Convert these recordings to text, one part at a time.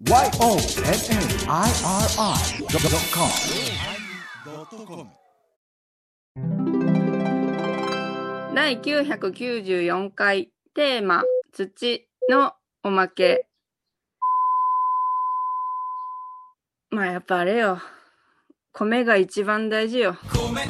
YONNIRI.com 第994回テーマ土のおまけ。まあやっぱあれよ、米が一番大事よ。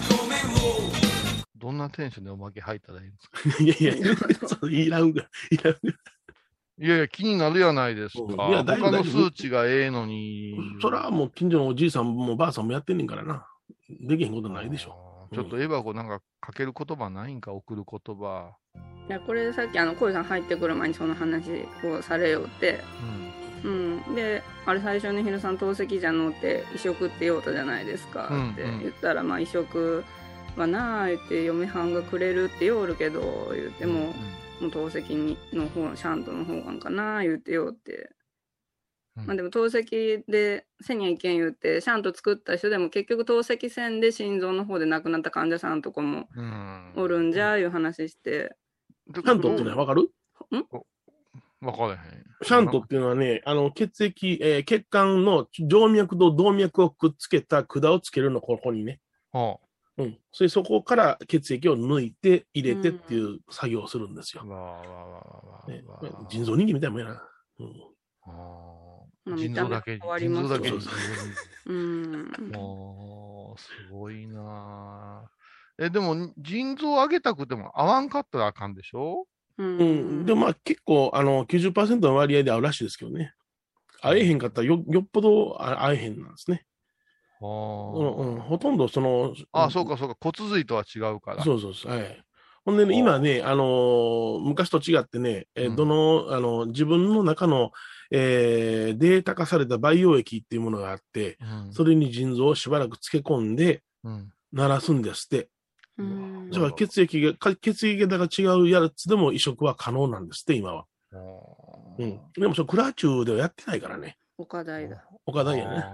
どんなテンションでおまけ入ったらいいんですか？ いらんぐらい。 いやいや、気になるやないですか。 いや他の数値がええのに。 そらもう近所のおじいさんもばあさんもやってんねんからな。できへんことないでしょ。 ちょっとエヴァ子なんかかける言葉ないんか、送る言葉。 いやこれさっきコイさん入ってくる前にその話をされよって、であれ最初にヒロさん透析じゃのって移植って言おうとじゃないですかって言ったら、まあ移植はなあ言って嫁はんがくれるって言おるけど言っても、もう透析の方シャントの方がんかな言ってよって、まあでも透析でせにゃいけん言ってシャント作った人でも結局透析線で心臓の方で亡くなった患者さんとかもおるんじゃいう話して、 シャントってのはわかる？ わからへん。 シャントっていうのはね、血液、血管の静脈と動脈をくっつけた管をつけるの、ここにね。そこから血液を抜いて入れてっていう作業をするんですよ。腎臓人間みたいなもんやな。 腎臓だけ。腎臓だけ。もう、すごいなぁ。でも、腎臓上げたくても合わんかったらあかんでしょ？ でもまあ結構、90% の割合で合うらしいですけどね。合えへんかったらよっぽど合えへんなんですね。ほとんどそうかそうか、骨髄とは違うから。 そう。はい。ほんでね、今ね、昔と違ってね、自分の中の、データ化された培養液っていうものがあって、それに腎臓をしばらく漬け込んで、鳴らすんですって。だから血液型が違うやつでも移植は可能なんですって、今は。でもクラチューではやってないからね。 岡大だ。 岡大やね。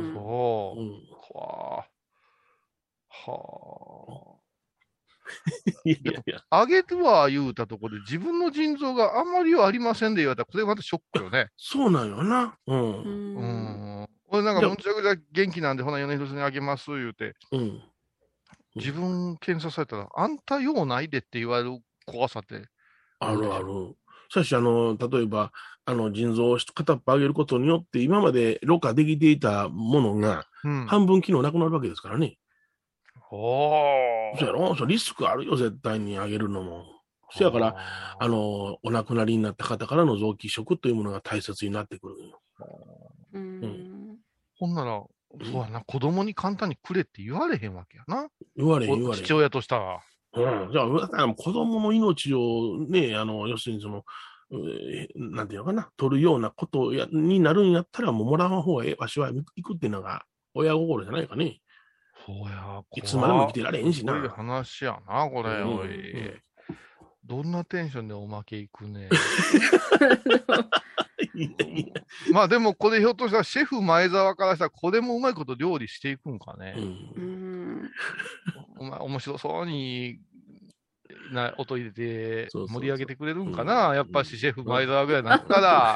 あげるわ言うたところで自分の腎臓があんまりはありませんで言われたらこれまたショックよね。 そうなんよな。 俺なんかむちゃくちゃ元気なんでほな米広さんにあげます言うて、自分検査されたらあんた用ないでって言われる怖さってある。しかし例えば腎臓を片っぽ上げることによって今までろ過できていたものが半分機能なくなるわけですからね。そうやろ？リスクあるよ、絶対に上げるのも。そやから、お亡くなりになった方からの臓器移植というものが大切になってくるよ。 ほんなら、そうやな、子供に簡単にくれって言われへんわけやな。 言われへん。 父親としたら。 じゃあ、子供の命をね、要するになんていうのかな、取るようなことになるんやったら、もうもらわん方がわしは行くっていうのが親心じゃないかね。 そうや、 いつまでも生きてられへんしな。 そういう話やな、これ。おい。どんなテンションでおまけいくね。まあでもこれひょっとしたらシェフ前澤からしたらこれもうまいこと料理していくんかね。お前面白そうに音入れて盛り上げてくれるんかな。やっぱしシェフ前澤ぐらいになったら。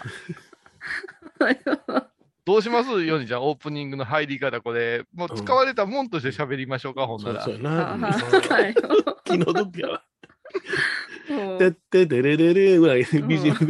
どうしますよにじゃあオープニングの入り方これもう使われたもんとして喋りましょうか、ほんなら。 そうやな。気の毒やわ。てっててれれれぐらい BGM で。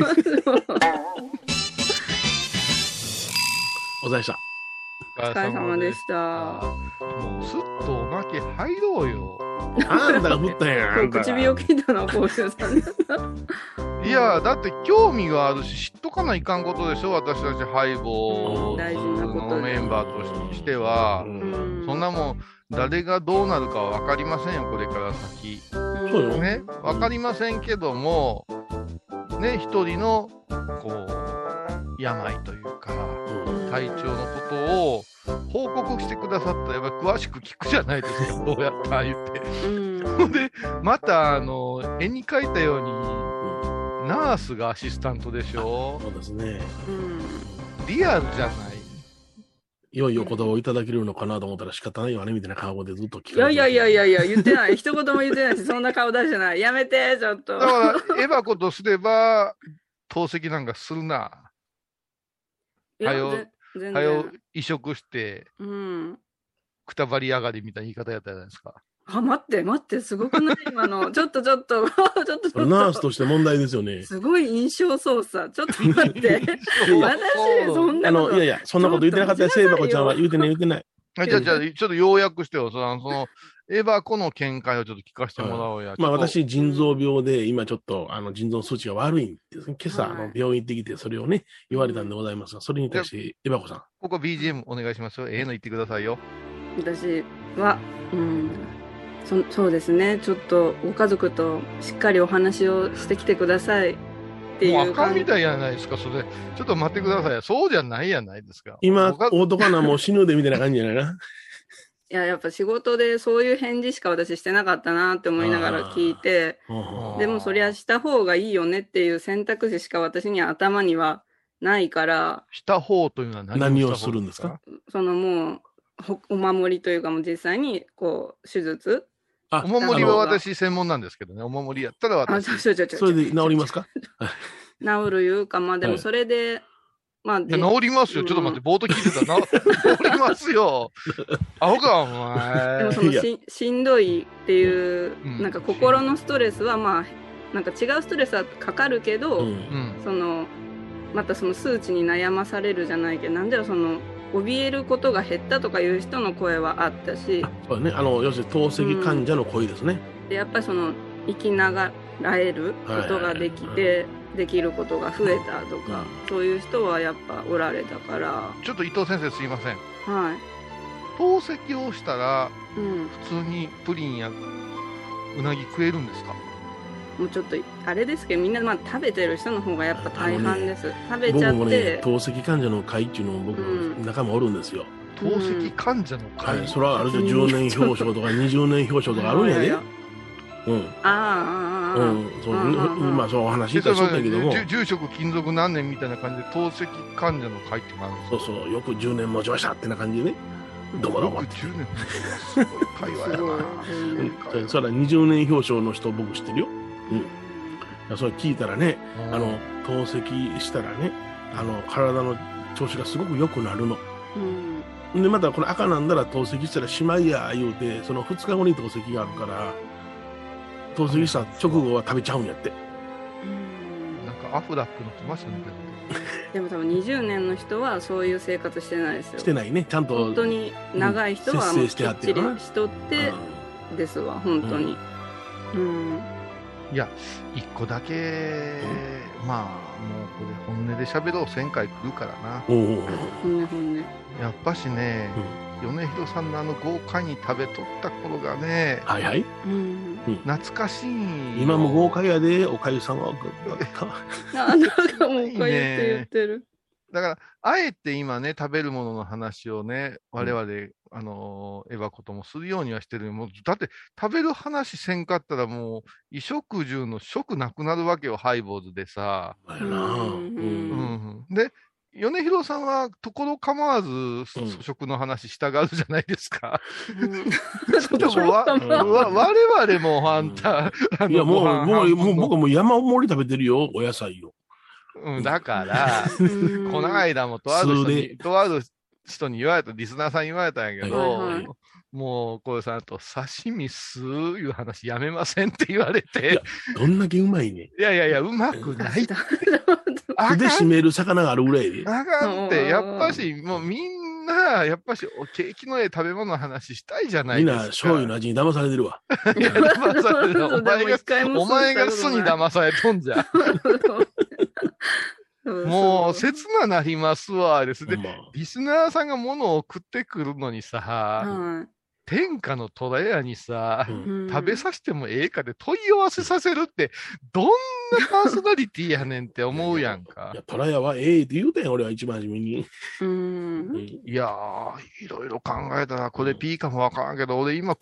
お疲れ様でした。 お疲れ様でした。 もうすっとおまけ入ろうよ。 あんたが振ったやん。 唇を切ったのはこうしゅうさん。 いやだって興味があるし知っとかないかんことでしょ、私たちハイボーのメンバーとしては。そんなもん誰がどうなるかは分かりませんよ、これから先。 そうよね、分かりませんけどもね、一人のこう病というか体調のことを報告してくださったらやっぱ詳しく聞くじゃないですか、どうやった言って。でまた絵に描いたようにナースがアシスタントでしょ。 そうですね。 リアルじゃない。 いよいよお言葉をいただけるのかなと思ったら仕方ないわねみたいな顔でずっと聞かれて。 いや言ってない。一言も言ってないし、そんな顔出してない。やめて、ちょっと。 だからエヴァ子とすれば透析なんかするな。 はよ移植して、くたばり上がりみたいな言い方やったじゃないですか。 待って、すごくない今の。ちょっと。ナースとして問題ですよね。 すごい印象操作。ちょっと待って。私、そんなこと。 いや、そんなこと言ってなかったよ。聖子ちゃんは言うてない。 じゃあ、ちょっと要約してよ。その、エバコの見解をちょっと聞かせてもらおうや。 私、腎臓病で、今ちょっと、腎臓の数値が悪いんですね。今朝、病院行ってきて、それをね、言われたんでございますが、それに対して、エバコさん。 ここ BGM お願いしますよ。の言ってくださいよ。 私は、そうですね。ちょっと、ご家族としっかりお話をしてきてください。っていう。 もうあかんみたいやないですか、それ。ちょっと待ってください。そうじゃないやないですか。 今、男なもう死ぬでみたいな感じじゃないな。 いや、やっぱ仕事でそういう返事しか私してなかったなって思いながら聞いて、でもそりゃした方がいいよねっていう選択肢しか私には頭にはないから。 した方というのは何をするんですか？ もう、お守りというかもう実際に、手術。 お守りは私専門なんですけどね。お守りやったら私。 それで治りますか？ 治るいうか、でもそれで、 治りますよ。ちょっと待って、冒頭聞いてた。治りますよ。アホか、お前。 でもしんどいっていう、なんか心のストレスは、なんか違うストレスはかかるけど、またその数値に悩まされるじゃないけど、なんだろう、怯えることが減ったとかいう人の声はあったし。 そうね。要するに透析患者の声ですね。 で、やっぱり生きながらえることができて、できることが増えたとか、そういう人はやっぱおられたから。 ちょっと伊藤先生すいません。 はい。 透析をしたら、普通にプリンやうなぎ食えるんですか？ もうちょっとあれですけど、みんな食べてる人の方がやっぱ大半です。食べちゃって。 僕もね、透析患者の会っていうのを僕仲間おるんですよ。 透析患者の会？ はい、それはある程度10年表彰とか20年表彰とかあるんやで。そのお話いたりするんだけども。 住職勤続何年みたいな感じで透析患者の会ってあるんですか？ そう、よく10年持ちましたってな感じでね。どうもどうも。 よく10年すごい会話やな。 それは20年表彰の人僕知ってるよ。それ聞いたらね、透析したらね、体の調子がすごく良くなるの。で、またこれ赤なんだら透析したらしまいや言うて、その2日後に透析があるから、透析した直後は食べちゃうんやって。 なんかアフラックの来ましたね。 でも多分20年の人はそういう生活してないですよ。 してないね、ちゃんと。 本当に長い人はもうきっちりしとってですわ、本当に。 いや、一個だけ、もうこれ本音で喋ろう1000回来るからな。 本音。 やっぱしね、米広さんの豪快に食べとった頃がね、懐かしい。 今も豪快やで、おかゆさんは。 なんかもうおかゆって言ってる。 だから、あえて今ね、食べるものの話をね、我々、エヴァこともするようにはしてる。もうだって、食べる話せんかったらもう、衣食住の食なくなるわけよ、ハイボーズでさ。で、米広さんは、ところ構わず、粗食の話したがるじゃないですか。でも、我々も、あんた、 いや、もう、僕も山盛り食べてるよ、お野菜を。 だから、この間もとある人に言われた、リスナーさんに言われたんやけど、もう、これさんと刺身すーいう話やめませんって言われて。 どんだけうまいね。 いや、うまくない。 手で締める魚があるぐらいで。 あかんって、やっぱし、もうみんな、やっぱし、景気のええ食べ物の話したいじゃないですか。 みんな、醤油の味に騙されてるわ。 いや、騙されてる。お前が巣に騙されとんじゃ。もう、切ななりますわ。ですで、リスナーさんが物を送ってくるのにさ、天下の虎屋にさ、食べさせてもええかで問い合わせさせるって、どんなパーソナリティやねんって思うやんか。 いや、虎屋はええって言うたんや、俺は一番初めに。 いやー、いろいろ考えたら、これ P かもわからんけど、俺今、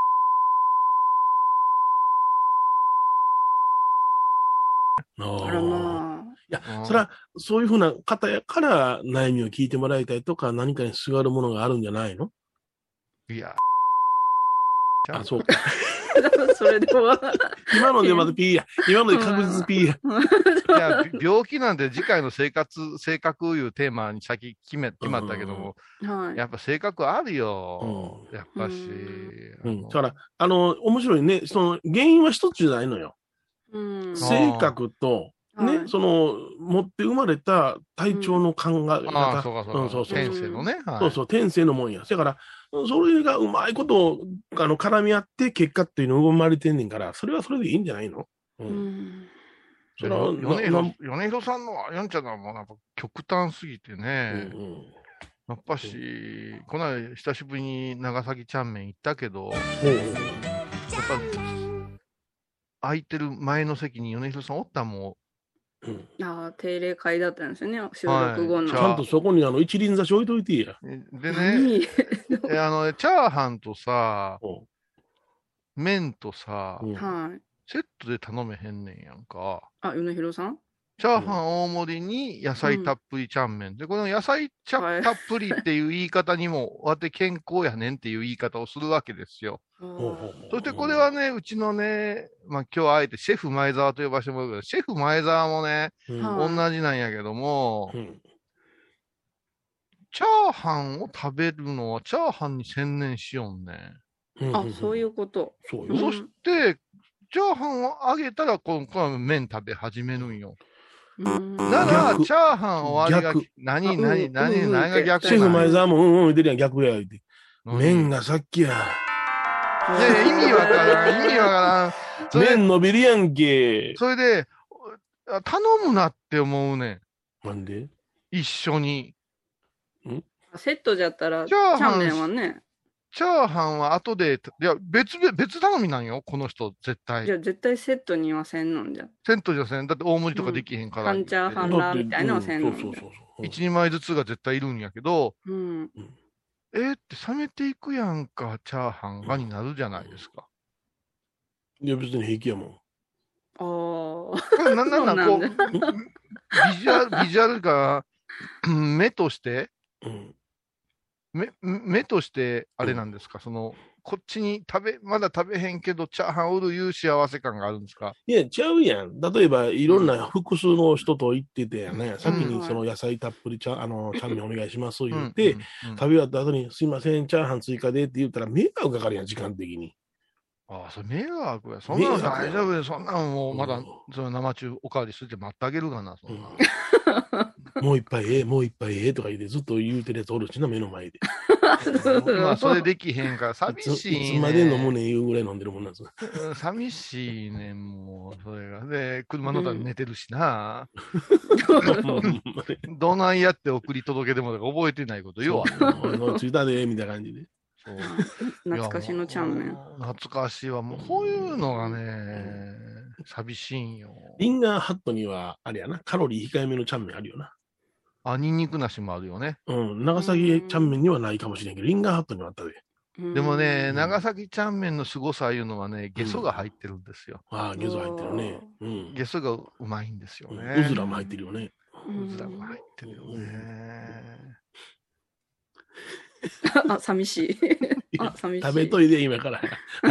あらまあ。いや、それは、そういうふうな方やから悩みを聞いてもらいたいとか、何かにすがるものがあるんじゃないの？ いや、 そうか。 それでは。 今のでまず P や。今ので確実 P や。 いや、病気なんて次回の性格いうテーマに先決まったけども、やっぱ性格あるよ。やっぱし。 だから、面白いね。その、原因は一つじゃないのよ。性格と、ね、持って生まれた体調の考え方。 そう、天性のね。 そう、天性のもんや。だから、それがうまいこと絡み合って結果っていうのが生まれてんねんから、それはそれでいいんじゃないの？ それは、米広さんのやんちゃなもん、やっぱ極端すぎてね。やっぱし、この間久しぶりに長崎ちゃんめん行ったけど、やっぱ、空いてる前の席に米広さんおったもん。 定例会だったんですよね、収録後の。 ちゃんとそこに一輪挿し置いといてや。 でね、チャーハンとさ、麺とさ、セットで頼めへんねんやんか。 米広さん？ チャーハン大盛りに野菜たっぷりちゃんめん。で、この野菜たっぷりっていう言い方にも、わて健康やねんっていう言い方をするわけですよ。そしてこれはね、うちのね、今日あえてシェフ前澤と呼ばせてもらうけど、シェフ前澤もね、同じなんやけども、チャーハンを食べるのはチャーハンに専念しよんね。 そういうこと。 そして、チャーハンをあげたら、この麺食べ始めるんよ。なら、チャーハン終わりが、何が逆？ シェフ前澤も言ってるやん、逆や。麺がさっきや。 いや、意味わからん。 麺伸びるやんけ。 それで、頼むなって思うねん。なんで？ 一緒に。 セットじゃったら、チャーメンはね。 チャーハンは後で、いや、別頼みなんよ、この人、絶対。 いや、絶対セットにはせんのんじゃ。 セットじゃせん。だって大盛りとかできへんから。 半チャーハンラーみたいなのはせんのんじゃ。 一、二枚ずつが絶対いるんやけど、って冷めていくやんか、チャーハンがになるじゃないですか。 いや、別に平気やもん。 なんこう、ビジュアルが、目として、目として、あれなんですか、こっちにまだ食べへんけど、チャーハン売るいう幸せ感があるんですか？ いや、ちゃうやん。例えば、いろんな複数の人と言っててやね、先にその野菜たっぷりちゃんめんお願いします言って、食べ終わった後に、すいません、チャーハン追加でって言ったら、迷惑かかるやん、時間的に。 それ迷惑や。そんなの大丈夫で、そんなのもう、まだ、生中おかわりして待ってあげるがな、そんな。 もう一杯もう一杯とか言ってずっと言うてるやつおるしな、目の前で。 まあ、それできへんから、寂しいね。 いつまで飲むねん言うぐらい飲んでるもんなんです。 寂しいねん、もう、それが。で、車の中で寝てるしな。どないやって送り届けても覚えてないことよ。 着いたで、みたいな感じで。 懐かしのちゃんめん。 懐かしいわ。もうこういうのがね、寂しいんよ。 リンガーハットには、あれやな、カロリー控えめのちゃんめんあるよな。 ニンニクなしもあるよね。 長崎ちゃんめんにはないかもしれんけど、リンガーハットにはあったで。 でもね、長崎ちゃんめんの凄さいうのはね、ゲソが入ってるんですよ。 ゲソ入ってるね。 ゲソがうまいんですよね。 うずらも入ってるよね。 うずらも入ってるよね。 寂しい。寂しい。 食べといで、今から。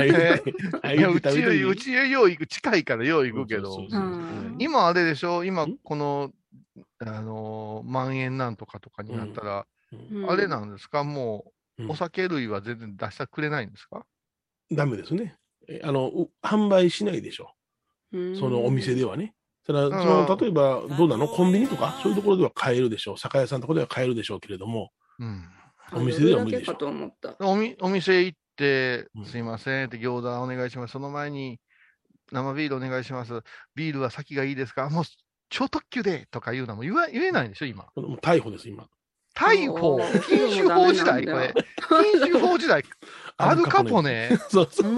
うちへよう行く、近いからよう行くけど。今あれでしょ？今、この、万円なんとかとかになったら、あれなんですか？もう、お酒類は全然出してくれないんですか？ ダメですね。販売しないでしょ。そのお店ではね。ただ、例えば、どうなの？コンビニとか、そういうところでは買えるでしょう。酒屋さんとかでは買えるでしょうけれども。お店では無理でしょ。 お店行って、すいませんって餃子お願いします。その前に生ビールお願いします。ビールは先がいいですか？もう超特急でとか言うのも言えないんでしょ、今。 逮捕です、今。 逮捕？禁酒法時代これ。禁酒法時代。アルカポネ。 そうそう。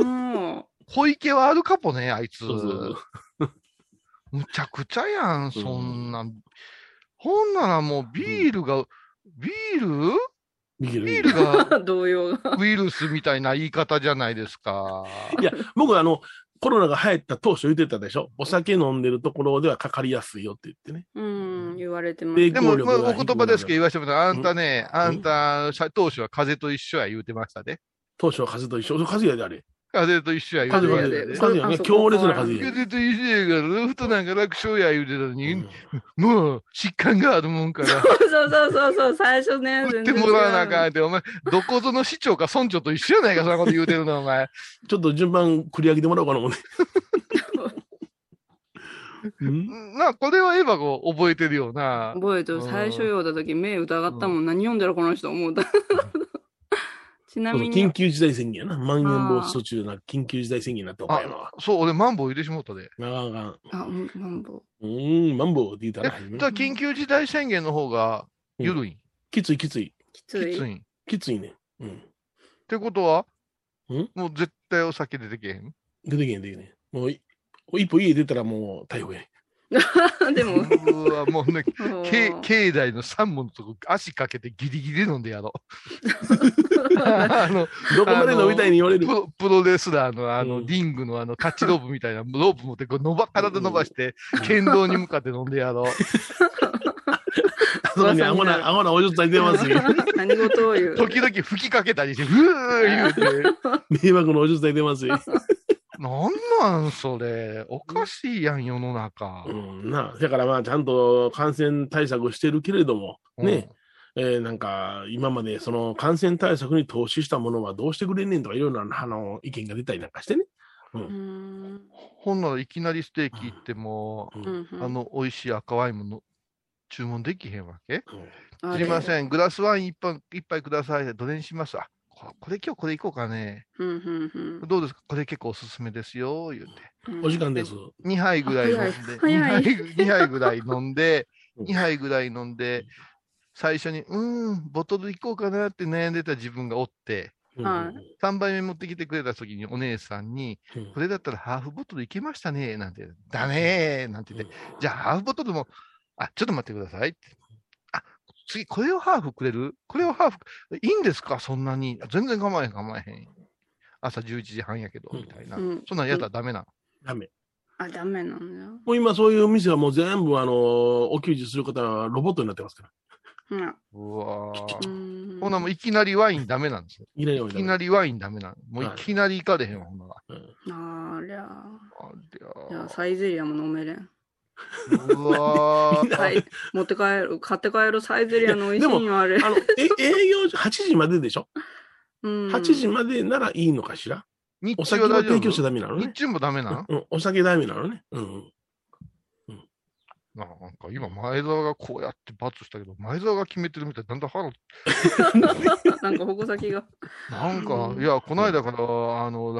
小池はアルカポネ、あいつ。むちゃくちゃやん、そんな。ほんならもうビールが、ビールが動揺がウイルスみたいな言い方じゃないですか。 いや、僕コロナが流行った当初言ってたでしょ。お酒飲んでるところではかかりやすいよって言ってね。 言われてます。 でも、お言葉ですけど言わせてもらったら、あんた、当初は風邪と一緒や言うてましたで。 当初は風邪と一緒。風邪やであれ。 風と一緒や言風うやね。強烈な風や。 風と一緒やから、ロフトなんか楽勝や言うてたのに、もう疾患があるもんから。 そう、最初ね。 打ってもらわなあかんって、お前、どこぞの市長か村長と一緒やないか、そんなこと言うてるの、お前。 ちょっと順番繰り上げてもらおうかな、もんね。 これはエヴァが覚えてるよな。 覚えてる。最初読んだ時目疑ったもん。何読んでるこの人思った。ちなみに。 緊急事態宣言やな。まん延防止措置な緊急事態宣言になった岡山は。 そう、俺マンボウ入れてしもったで。 マンボウ。 マンボウって言ったら。 緊急事態宣言の方が緩い。 きつい。 きついね。 ってことはもう絶対お酒出てけへん。 出てけへん。もう一歩家出たらもう逮捕や。 でも。 うわ、もうね、境内の3本のとこ足かけてギリギリ飲んでやろう。 どこまで飲みたいに言われるプロレスラーのリングのタッチロープみたいなロープ持って体伸ばして、剣道に向かって飲んでやろう。 そうね、アホなおじさん出ますよ。 何事を言う。 時々吹きかけたりして、言うて。迷惑のおじさん出ますよ。 なんそれ。おかしいやん、世の中。 だからちゃんと感染対策してるけれども、ね。なんか、今までその感染対策に投資したものはどうしてくれんねんとか、いろいろな意見が出たりなんかしてね。 ほんならいきなりステーキ行っても、美味しい赤ワインも注文できへんわけ？すいません、グラスワイン一杯ください。どれにします？今日これ行こうかね。どうですか？これ結構おすすめですよ、言うて。 お時間です。 2杯ぐらい飲んで、2杯ぐらい飲んで、最初に、ボトル行こうかなって悩んでた自分がおって、3杯目持ってきてくれた時にお姉さんに、これだったらハーフボトルいけましたね、なんて、ダメーなんて言って、じゃあハーフボトルも、ちょっと待ってくださいって。次、これをハーフくれる？これをハーフ、いいんですか？そんなに。全然構えへん。朝11時半やけど、みたいな。そんなんやったらダメなの？ ダメ。 ダメなんだ。 もう今そういう店はもう全部お給仕する方はロボットになってますから。 うわぁ。ほなもういきなりワインダメなんですよ。いきなりワインダメなの。もういきなり行かれへんわ、ほんなら。 ありゃ。いや、サイゼリアも飲めれん。 うわー。買って帰るサイゼリアの美味しいよ、あれ。 営業8時まででしょ？8時までならいいのかしら？お酒は提供しちゃダメなのね。 日中もダメなの？ お酒ダメなのね。 なんか今、前澤がこうやって罰したけど、前澤が決めてるみたいで、だんだん腹なんか矛先が。 なんか、いや、この間から、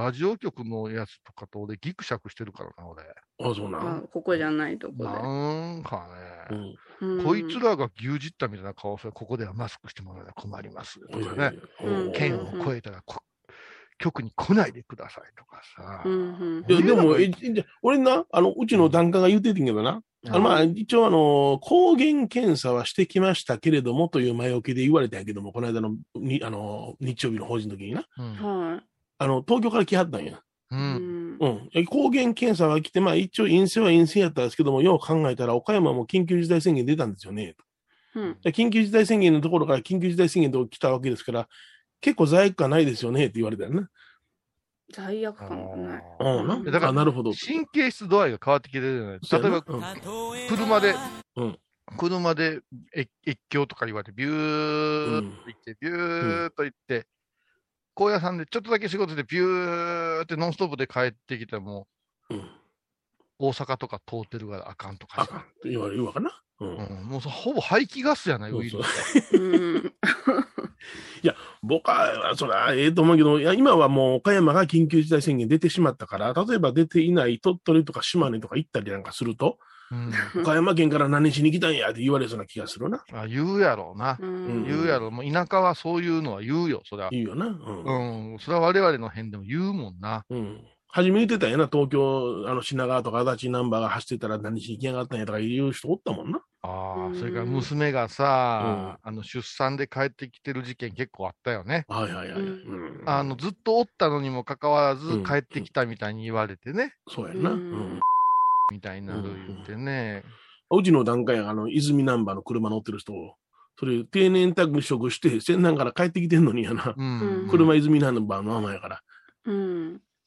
ラジオ局のやつとかと俺、ギクシャクしてるからな、俺。 そうなの？ ここじゃないとこで。 なんかね、こいつらが牛耳ったみたいな顔して、ここではマスクしてもらうのは困ります。とかね、県を越えたら、局に来ないでくださいとかさ。 いや、でも、俺な、うちの段階が言っててんけどな、一応抗原検査はしてきましたけれどもという前置きで言われたんやけども、この間の日曜日の法事の時にな。東京から来はったんや。抗原検査は来て、一応陰性は陰性やったんですけども、よう考えたら岡山も緊急事態宣言出たんですよね。緊急事態宣言のところから緊急事態宣言のところ来たわけですから、結構罪悪感ないですよねって言われたよね。 罪悪感もない。 だから、なるほど。神経質度合いが変わってきてるじゃない。例えば、車で越境とか言われて、ビューっと行って、ビューっと行って、高野山でちょっとだけ仕事でビューってノンストップで帰ってきても、大阪とか通ってるからあかんとか言われるわかな。 もうほぼ排気ガスやない、ウイルス。 いや、僕は、それはと思うけど、今はもう岡山が緊急事態宣言出てしまったから、例えば出ていない鳥取とか島根とか行ったりなんかすると、岡山県から何しに来たんやって言われそうな気がするな。 言うやろうな。言うやろう。もう田舎はそういうのは言うよ、それは。 言うよな。 それは我々の辺でも言うもんな。 初め言ってたんやな、東京、品川とか足立ナンバーが走ってたら何しに来やがったんやとか言う人おったもんな。 それから娘がさ、出産で帰ってきてる事件結構あったよね。ずっとおったのにもかかわらず帰ってきたみたいに言われてね。 そうやな。 みたいになる言ってね。 うちの段階や泉ナンバーの車乗ってる人を、それ定年退職して、仙南から帰ってきてんのにやな。車泉ナンバーのままやから。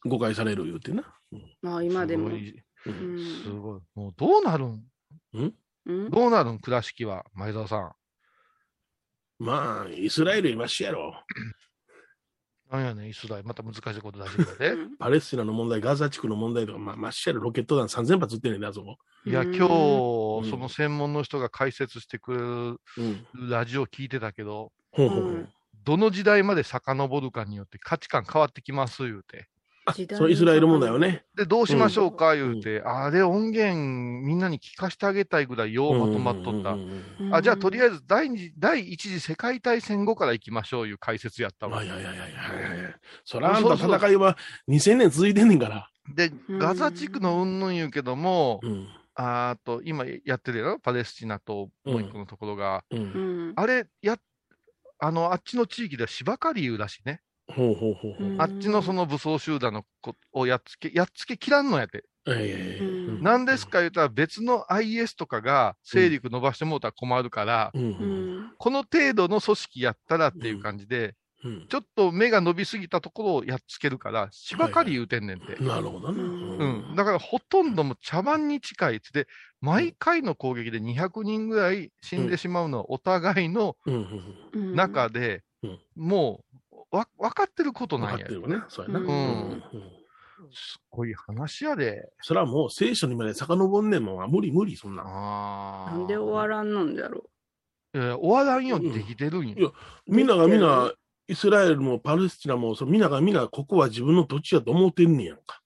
誤解される言うてな。 まあ今でも。 すごい。もうどうなるん？どうなるん倉敷は、前澤さん。 まあ、イスラエルいましやろ。 なんやねん、イスラエル。また難しいこと出してくれて。 パレスチナの問題、ガザ地区の問題とか、まっしゃろ、ロケット弾3000発撃ってんねんな、そこ。 いや、今日、その専門の人が解説してくれるラジオ聞いてたけど、どの時代まで遡るかによって価値観変わってきます言うて。 そう、イスラエル問題はね。 で、どうしましょうか言うて、あれ音源みんなに聞かせてあげたいぐらいようまとまっとった。じゃあとりあえず第一次世界大戦後から行きましょういう解説やったわ。 いや。そらあんた戦いは2000年続いてんねんから。 で、ガザ地区の云々言うけども、今やってるやろパレスチナともう一個のところが。あれ、あっちの地域では芝刈り言うらしいね。あっちのその武装集団のをやっつけ切らんのやて。なんですか言ったら別の IS とかが勢力伸ばしてもうたら困るから、この程度の組織やったらっていう感じで、ちょっと目が伸びすぎたところをやっつけるから、芝刈り言うてんねんて。 なるほどな。だからほとんども茶番に近いで、毎回の攻撃で200人ぐらい死んでしまうのはお互いの中で、もう分かってることなんや。 分かってるね。そうやな。 すごい話やで。 それはもう聖書にまで遡んねんもん。無理、そんな。 なんで終わらんのんじゃろう。終わらんようにできてるんや。 みんながイスラエルもパレスチナも、みんながここは自分の土地やと思ってんねやんか。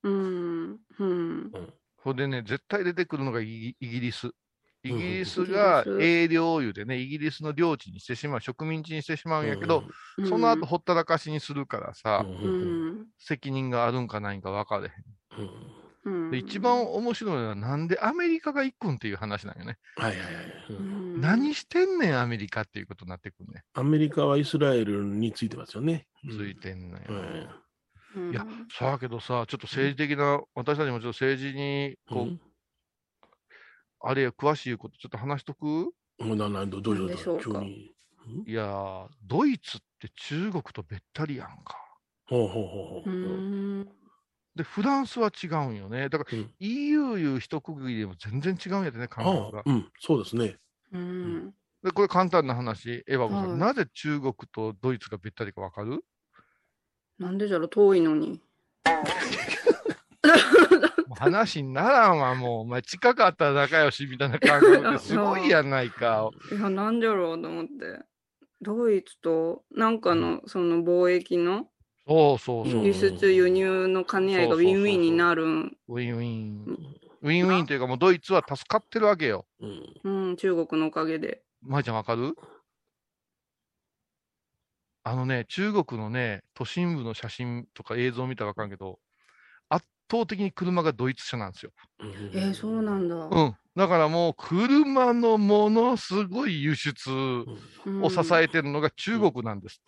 ほんでね、絶対出てくるのがイギリス。イギリスが営領いうでね、イギリスの領地にしてしまう、植民地にしてしまうんやけど、その後ほったらかしにするからさ、責任があるんかないんか分かれへん。で一番面白いのは、なんでアメリカが行くんっていう話なんよね。何してんねん、アメリカっていうことになってくるね。 アメリカはイスラエルについてますよね。 ついてんのよ。いや、さあけどさ、ちょっと政治的な、私たちもちょっと政治に、あれや詳しいことちょっと話しとく？ どういうでしょうか。 いや、ドイツって中国とべったりやんか。で、フランスは違うんよね。だから、EU いう一括りでも全然違うんやでね、感覚が。 そうですね。 で、これ簡単な話、エヴァ子さん、なぜ中国とドイツがべったりかわかる？ なんでじゃろ、遠いのに。 話にならんわ、もう。お前、近かったら仲良しみたいな感覚ですごいやないか。 いや、なんじゃろうと思って。ドイツと、なんかの、その貿易の、輸出輸入の兼ね合いがウィンウィンになるん。 ウィンウィン。ウィンウィンというか、もうドイツは助かってるわけよ。 中国のおかげで。 舞ちゃんわかる？中国のね、都心部の写真とか映像を見たらわかるけど、圧倒的に車がドイツ車なんですよ。 そうなんだ。 だからもう車のものすごい輸出を支えてるのが中国なんですって。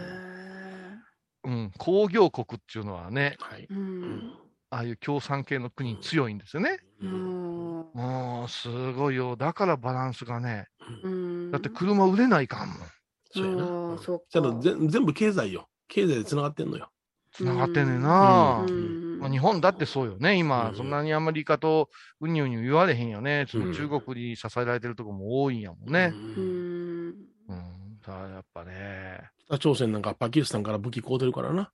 工業国っていうのはね、ああいう共産系の国に強いんですよね。もうすごいよ。だからバランスがね、だって車売れないかんもん。 そうやな。ちゃんと全部経済よ。経済で繋がってんのよ。 繋がってんねんな。日本だってそうよね。今、そんなにアメリカとうにゅうにゅ言われへんよね。その中国に支えられてるとこも多いんやもんね。やっぱね。 北朝鮮なんかパキスタンから武器買うてるからな。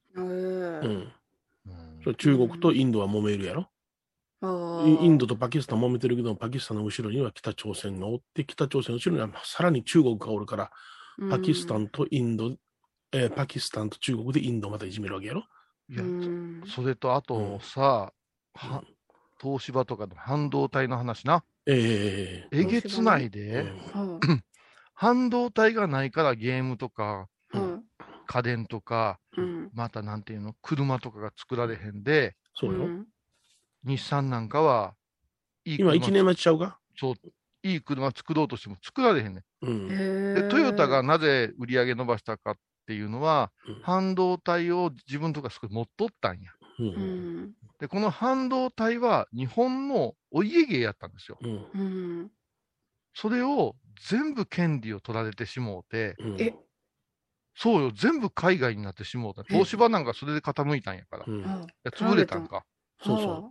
中国とインドは揉めるやろ。インドとパキスタン揉めてるけど、パキスタンの後ろには北朝鮮がおって、北朝鮮の後ろにはさらに中国がおるから、パキスタンと中国でインドをまたいじめるわけやろ。 いや、それとあとさ、東芝とかの半導体の話な。えげつないで、半導体がないからゲームとか、家電とか、またなんていうの、車とかが作られへんで、 そうよ。 日産なんかは、 今1年待ちちゃうか？ そう、いい車作ろうとしても作られへんね。で、トヨタがなぜ売り上げ伸ばしたかっていうのは、半導体を自分とか少し持っとったんや。で、この半導体は日本のお家芸やったんですよ。それを全部権利を取られてしもうて、 そうよ、全部海外になってしもうた。東芝なんかそれで傾いたんやから。潰れたんか。 そうそう。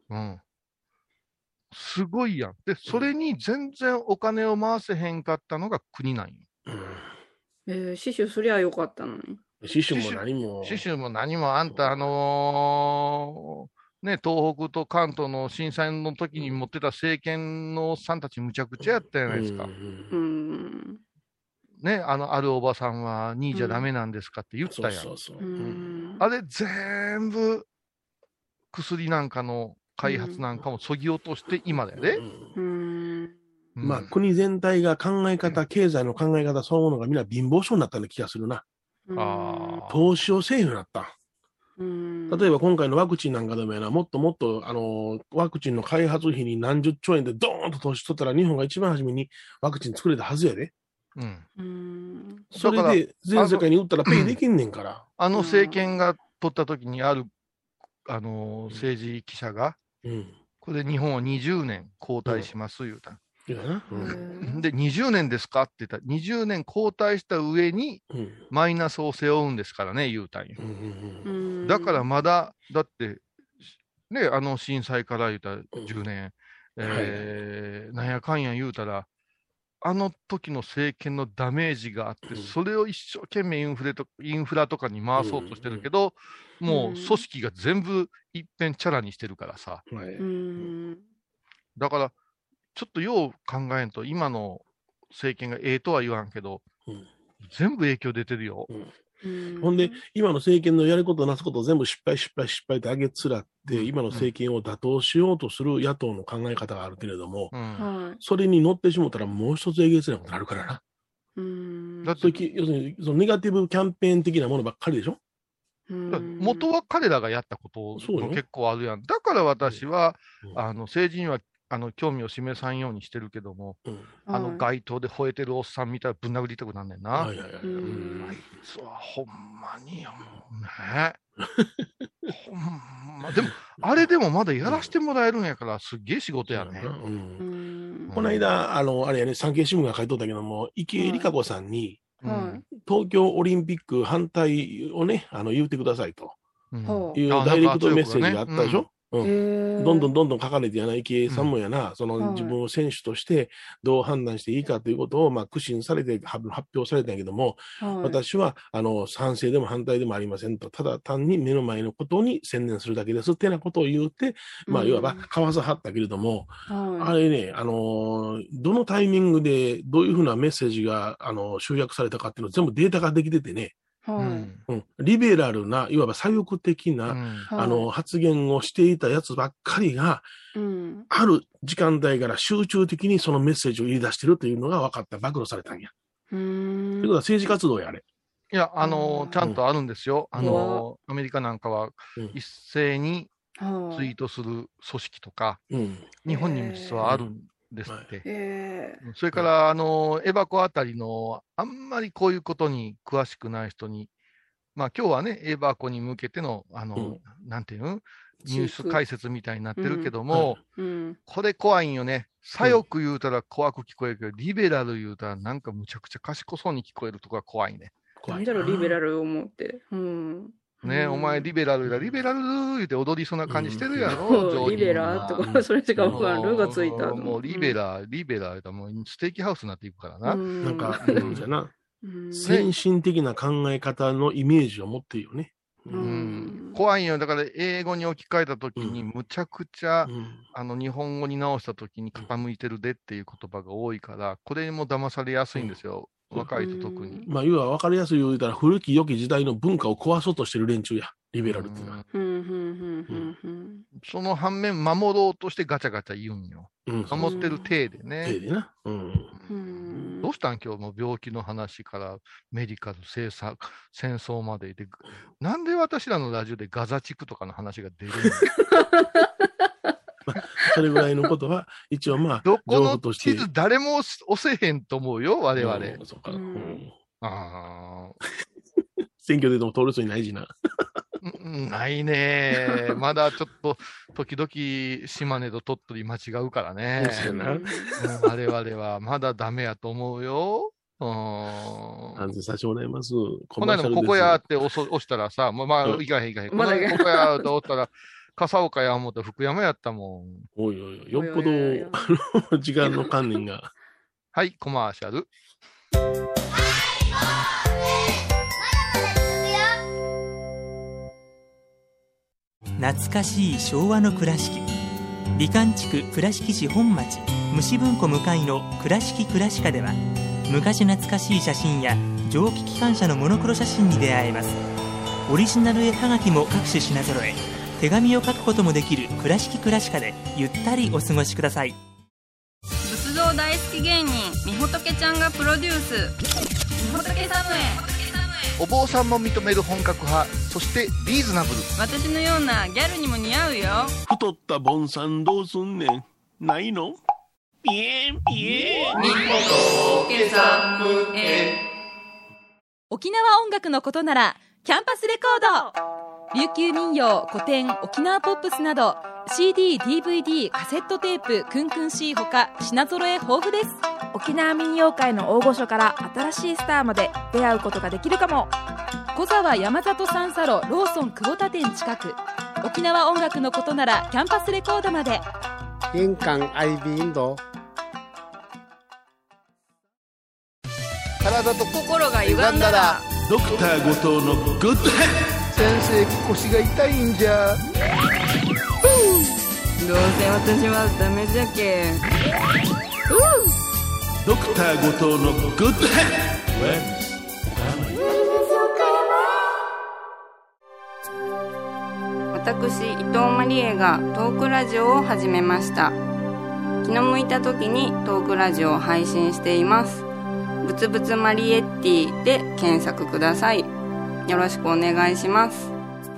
うん。すごいやん。で、それに全然お金を回せへんかったのが国なんよ。 死守すりゃよかったのに。 死守も何も。 死守も何も、あんたね、東北と関東の震災の時に持ってた政権のおっさんたちむちゃくちゃやったじゃないですか。ね、あるおばさんは2位じゃダメなんですかって言ったやん。あれ全部薬なんかの開発なんかもそぎ落として今だよね。 まあ国全体が考え方、経済の考え方そのものがみんな貧乏症になったような気がするな。投資をせえへんようになった。例えば今回のワクチンなんかでもやな、もっともっとワクチンの開発費に何十兆円でドーンと投資しとったら日本が一番初めにワクチン作れたはずやで。それで全世界に打ったらペイできんねんから。 政権が取った時にある政治記者が、これで日本は20年後退します言うた。で、20年ですかって言ったら、20年後退した上にマイナスを背負うんですからね、言うたんよ。だからまだ、だって、ね、震災から言うたら10年、なんやかんや言うたら、あの時の政権のダメージがあって、それを一生懸命インフラとかに回そうとしてるけど、もう組織が全部いっぺんチャラにしてるからさ。だから、ちょっとよう考えんと、今の政権がええとは言わんけど、全部影響出てるよ。 ほんで、今の政権のやることなすことを全部失敗ってあげつらって、今の政権を打倒しようとする野党の考え方があるけれども、それに乗ってしもたらもう一つえげつないことになるからな。だって要するにそのネガティブキャンペーン的なものばっかりでしょ。 元は彼らがやったことも結構あるやん。だから私は、政治には興味を示さんようにしてるけども、街頭で吠えてるおっさん見たらぶん殴りたくなんねんな。あいつはほんまによ、ね。ほんま、でも、あれでもまだやらしてもらえるんやから、すっげえ仕事やね。 この間、あれやね、産経新聞が書いとったけども、池江璃花子さんに、東京オリンピック反対をね、言うてくださいというダイレクトメッセージがあったでしょ。どんどん書かれてやな、池江さんもやな、自分を選手としてどう判断していいかということを、苦心されて発表されたんやけども、私は、賛成でも反対でもありませんと、ただ単に目の前のことに専念するだけですってなことを言うて、いわばかわさはったけれども、あれね、どのタイミングでどういうふうなメッセージが、集約されたかっていうの全部データができててね、リベラルな、いわば左翼的な、発言をしていたやつばっかりが、ある時間帯から集中的にそのメッセージを言い出してるというのが分かった、暴露されたんや。ということは政治活動や、あれ。 いや、ちゃんとあるんですよ。アメリカなんかは一斉にツイートする組織とか、日本にも実はあるんですって。それから、エバコあたりの、あんまりこういうことに詳しくない人に、今日はね、エバコに向けての、なんていうのニュース解説みたいになってるけども、これ怖いんよね。左翼言うたら怖く聞こえるけど、リベラル言うたらなんかむちゃくちゃ賢そうに聞こえるとこが怖いね。 なんだろう、リベラルを思って。 ね、お前リベラル言って踊りそうな感じしてるやろ。 リベラとか、それしかわからん。ルがついた。 もうリベラだ、もうステーキハウスになっていくからな。 なんか、じゃな。先進的な考え方のイメージを持っているよね。 怖いよ。だから英語に置き換えたときに、むちゃくちゃ、日本語に直したときに傾いてるでっていう言葉が多いから、これにも騙されやすいんですよ。若い人特に。 要は分かりやすい言うたら、古き良き時代の文化を壊そうとしてる連中や。リベラルっていうのは。 その反面、守ろうとしてガチャガチャ言うんよ。守ってる体でね。 体でな。 どうしたん今日も病気の話からメディカル、戦争までで。なんで私らのラジオでガザ地区とかの話が出るのそれぐらいのことは、一応どこの地図誰も押せへんと思うよ、我々。 選挙でも通る人いないしな。 ないね。まだちょっと、時々、島根と鳥取間違うからね。我々はまだダメやと思うよ。 安全させてもらいます。 この間もここやって押したらさ、まあ、いかへん。ここやって押ったら、笠岡や思った福山やったもん。 おいおい、よっぽど、時間の観念が。 はい、コマーシャル。 懐かしい昭和の倉敷。美観地区倉敷市本町虫文庫向かいの倉敷倉歯科では、昔懐かしい写真や蒸気機関車のモノクロ写真に出会えます。オリジナル絵はがきも各種品揃え、手紙を書くこともできる倉敷倉歯科でゆったりお過ごしください。 仏像大好き芸人みほとけちゃんがプロデュース、みほとけサムエ。 お坊さんも認める本格派、そしてリーズナブル。 私のようなギャルにも似合うよ。 太ったボンさんどうすんねん、ないの？ピエンピエン。みほとけサムエ。 沖縄音楽のことならキャンパスレコード。琉球民謡、古典、沖縄ポップスなど CD、DVD、カセットテープ、クンクン C ほか品揃え豊富です。 沖縄民謡界の大御所から新しいスターまで出会うことができるかも。 小沢山里三佐路ローソン久保田店近く。沖縄音楽のことならキャンパスレコードまで。 印港 IB インド。 体と心が歪んだらドクター後藤のグッドヘッ先生、腰が痛いんじゃ。 どうせ私はダメじゃけ。 ドクター後藤のグッドヘッ私伊藤マリエがトークラジオを始めました。気の向いた時にトークラジオを配信しています。ぶつぶつマリエッティで検索ください。よろしくお願いします。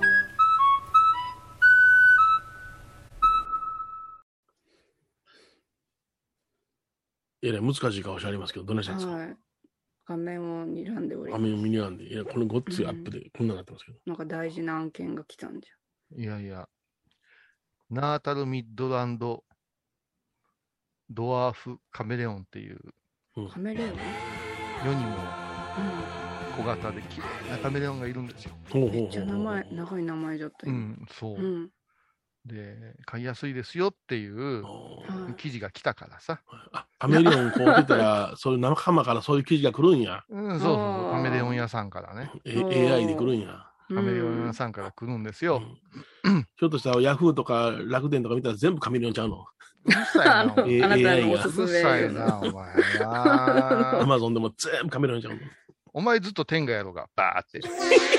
難しい顔してありますけど、どないしたんですか？ はい、画面を睨んでおります。 画面を見睨んで、このごっついアップでこんなになってますけど、 なんか大事な案件が来たんじゃ。いやいや、ナータルミッドランドドワーフカメレオンっていう、 カメレオン世にも小型で綺麗なカメレオンがいるんですよ。 めっちゃ長い名前だったよ。 そう。で、買いやすいですよっていう記事が来たからさ。 カメレオンこう出たら、そういう仲間からそういう記事が来るんや。 そうそう、カメレオン屋さんからね。 AI で来るんや。 カメレオン屋さんから来るんですよ。 ひょっとしたらヤフーとか楽天とか見たら全部カメレオンちゃうの？ うるさいな、 あなたのおすすめ。 うるさいな、お前な。 アマゾンでも全部カメレオンちゃうの。 お前ずっと天下やろが、バーって。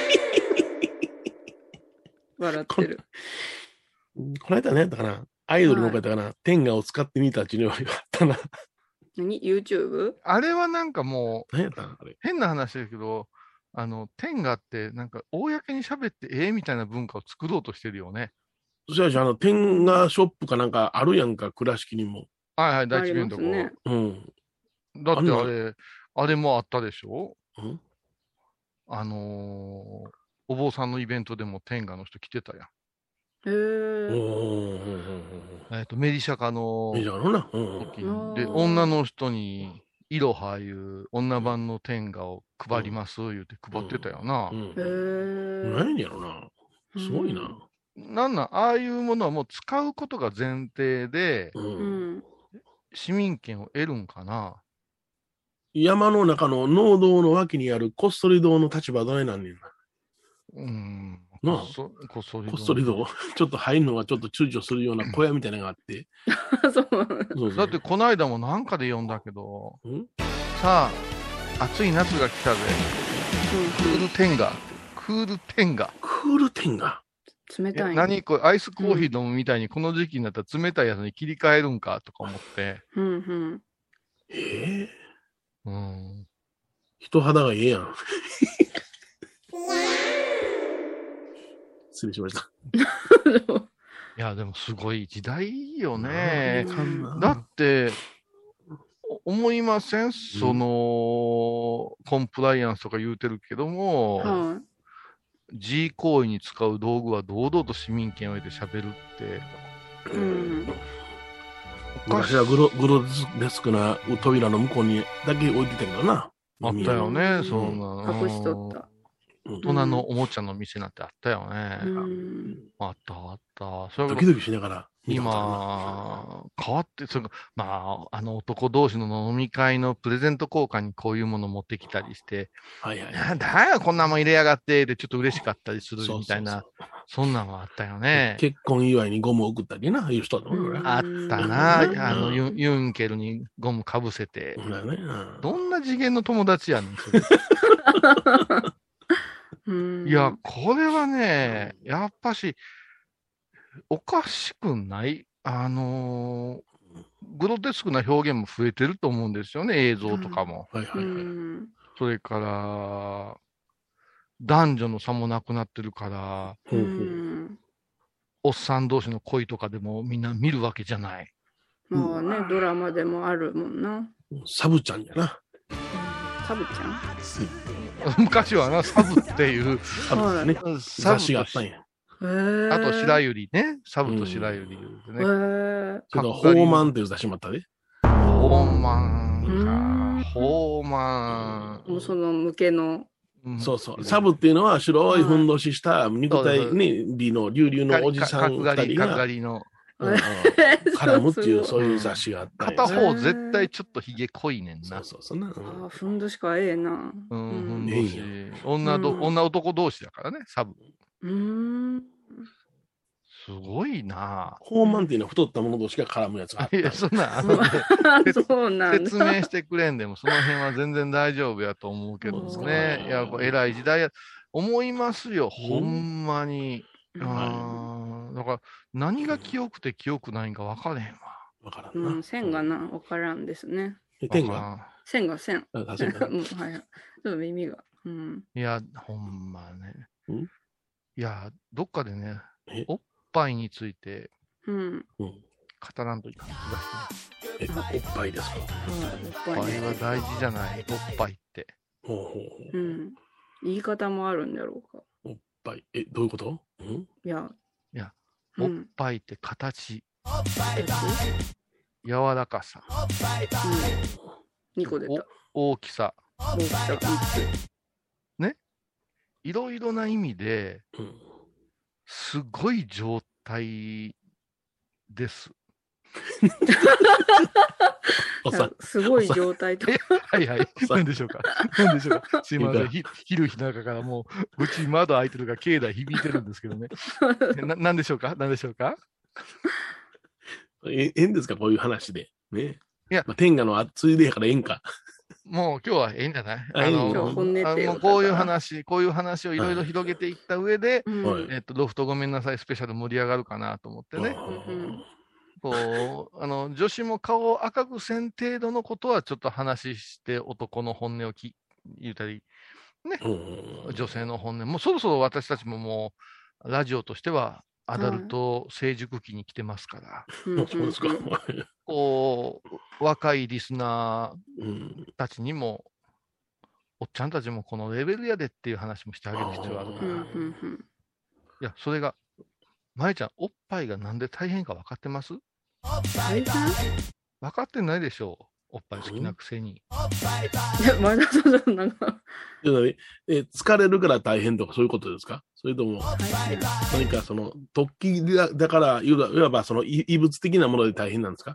笑ってる。 この間何やったかな、アイドルの方やったかな、天下を使ってみたっていうのがあったな。 何 ?YouTube？ あれはなんかもう、 何やったあれ変な話だけど、天下ってなんか公に喋ってみたいな文化を作ろうとしてるよね。 そしたら天下ショップかなんかあるやんか、倉敷にも。 はいはい、第一病院のとこ。 ね、 だってあれもあったでしょ？お坊さんのイベントでも天下の人来てたやん。メディシャカの時で、女の人にいろはいう女版の天下を配ります言うて配ってたよな。 何やろな、すごいな。 ああいうものはもう使うことが前提で、市民権を得るんかな。 山の中の農道の脇にあるこっそり堂の立場はどないなんねんな。こっそり堂ちょっと入るのがちょっと躊躇するような小屋みたいなのがあってそうだってこの間もなんかで読んだけど、さあ暑い夏が来たぜ、クール天下冷たい、 何これアイスコーヒー飲むみたいにこの時期になったら冷たいやつに切り替えるんかとか思って、 人肌がええやん。失礼しました。 いや、でもすごい時代よね。だって、思いません？その、コンプライアンスとか言うてるけども、G 行為に使う道具は堂々と市民権を得て喋るって。 昔はグロデスクな扉の向こうにだけ置いてたけどな。 あったよね、そんな。 隠しとった。 大人のおもちゃの店なんてあったよね。あったあった。それドキドキしながら。 今、変わって、まあ、男同士の飲み会のプレゼント交換にこういうもの持ってきたりして、なんだよ、こんなもん入れやがって、で、ちょっと嬉しかったりするみたいな、そんなのがあったよね。 結婚祝いにゴムを送ったりな、いう人だもんね。 あったな、ユンケルにゴムかぶせて。どんな次元の友達やねん、それ。いや、これはね、やっぱし、おかしくないグロテスクな表現も増えてると思うんですよね、映像とかも。それから、男女の差もなくなってるから、おっさん同士の恋とかでもみんな見るわけじゃない。 まあね、ドラマでもあるもんな。 サブちゃんやな。 サブちゃん昔はな、サブっていう、 雑誌があったんや。 あと、白百合ね。サブと白百合でね。 その、ホーマンっていう雑誌もあったで。 ホーマンか。ホーマン。もうその向けの。 そうそう。サブっていうのは白いふんどしした肉体ね、美の流々のおじさん二人が。絡むっていう、そういう雑誌があったんや。 片方絶対ちょっとひげ濃いねんな。 そうそう。 ああ、ふんどしかええな。 ふんどし。女男同士だからね、サブ。すごいな。 ホーマンっていうのは太ったもの同士が絡むやつがあった。 いや、そんな、説明してくれんでも、その辺は全然大丈夫やと思うけどね。やっぱ偉い時代や、思いますよ、ほんまに。だから、何が清くて清くないんか分からへんわ。 分からんな。 線がな、分からんですね。 線が線。はい。ちょっと耳が。 いや、ほんまね。いや、どっかでね、おっぱいについて語らんといかん気がしてね。おっぱいですか？ おっぱいは大事じゃない、おっぱいって。 言い方もあるんだろうか。 おっぱい。どういうこと？ いや、 おっぱいって形。柔らかさ。 2個出た。 大きさ。 3つ。 ね。いろいろな意味で、すごい状態です。 すごい状態と。 はいはい。何でしょうか。何でしょうか。すいません。昼日の中からもう、うち窓開いてるから境内響いてるんですけどね。何でしょうか。何でしょうか。 ええんですか、こういう話で。ね。 いや、 天下の熱いでやからええんか。 もう今日はええんじゃないこういう話をいろいろ広げていった上で、ロフトごめんなさいスペシャル盛り上がるかなと思ってね。女子も顔を赤くせん程度のことはちょっと話して男の本音を言ったり、ね。女性の本音。もうそろそろ私たちももう、ラジオとしては、アダルト成熟期に来てますから、こう若いリスナーたちにも、おっちゃんたちもこのレベルやでっていう話もしてあげる必要があるから。いや、それが、まゆちゃん、おっぱいがなんで大変か分かってます？ 大変？ 分かってないでしょう。おっぱい好きなくせに。 いや、まだそうなんか。 疲れるから大変とかそういうことですか？それとも、何かその、突起だから、いわばその異物的なもので大変なんですか？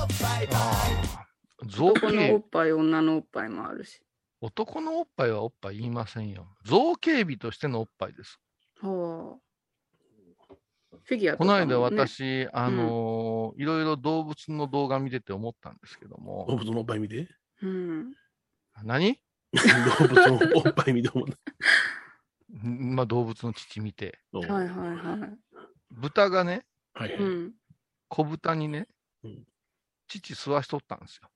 男のおっぱい、女のおっぱいもあるし。 男のおっぱいはおっぱい言いませんよ。造形美としてのおっぱいです。 はあ。フィギュアとかもね、この間私、いろいろ動物の動画見てて思ったんですけども。 動物のおっぱい見て？ 何？ 動物のおっぱい見て思った。 まあ動物の乳見て。 はいはいはい。 豚がね、 小豚にね、乳吸わしとったんですよ。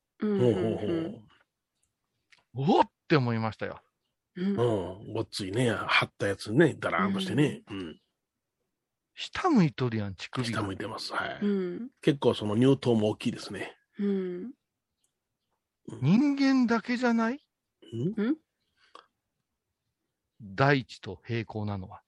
おって思いましたよ。 ごっついね、張ったやつね、だらーんとしてね。 下向いとるやん、乳首。 下向いてます。はい。結構その乳頭も大きいですね。 人間だけじゃない？大地と平行なのは。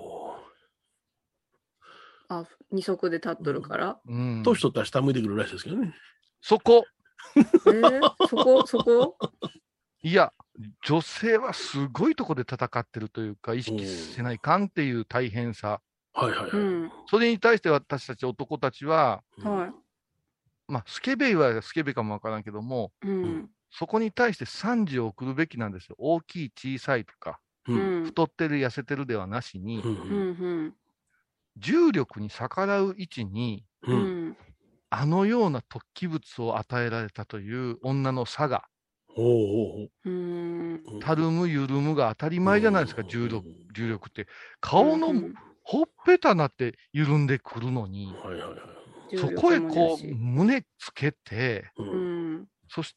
あ、二足で立っとるから。 年取ったら下向いてくるらしいですけどね。 そこ。 そこいや、 女性はすごいとこで戦ってるというか、意識せないかんっていう大変さ。 はいはいはい。 それに対して私たち男たちは、 はい。 まあ、スケベはスケベかもわからんけども、そこに対して賛辞を送るべきなんですよ。大きい、小さいとか、太ってる、痩せてるではなしに、重力に逆らう位置に、あのような突起物を与えられたという女の差が、たるむ、緩むが当たり前じゃないですか、重力って。顔のほっぺたなって緩んでくるのに、そこへこう、胸つけて、そして、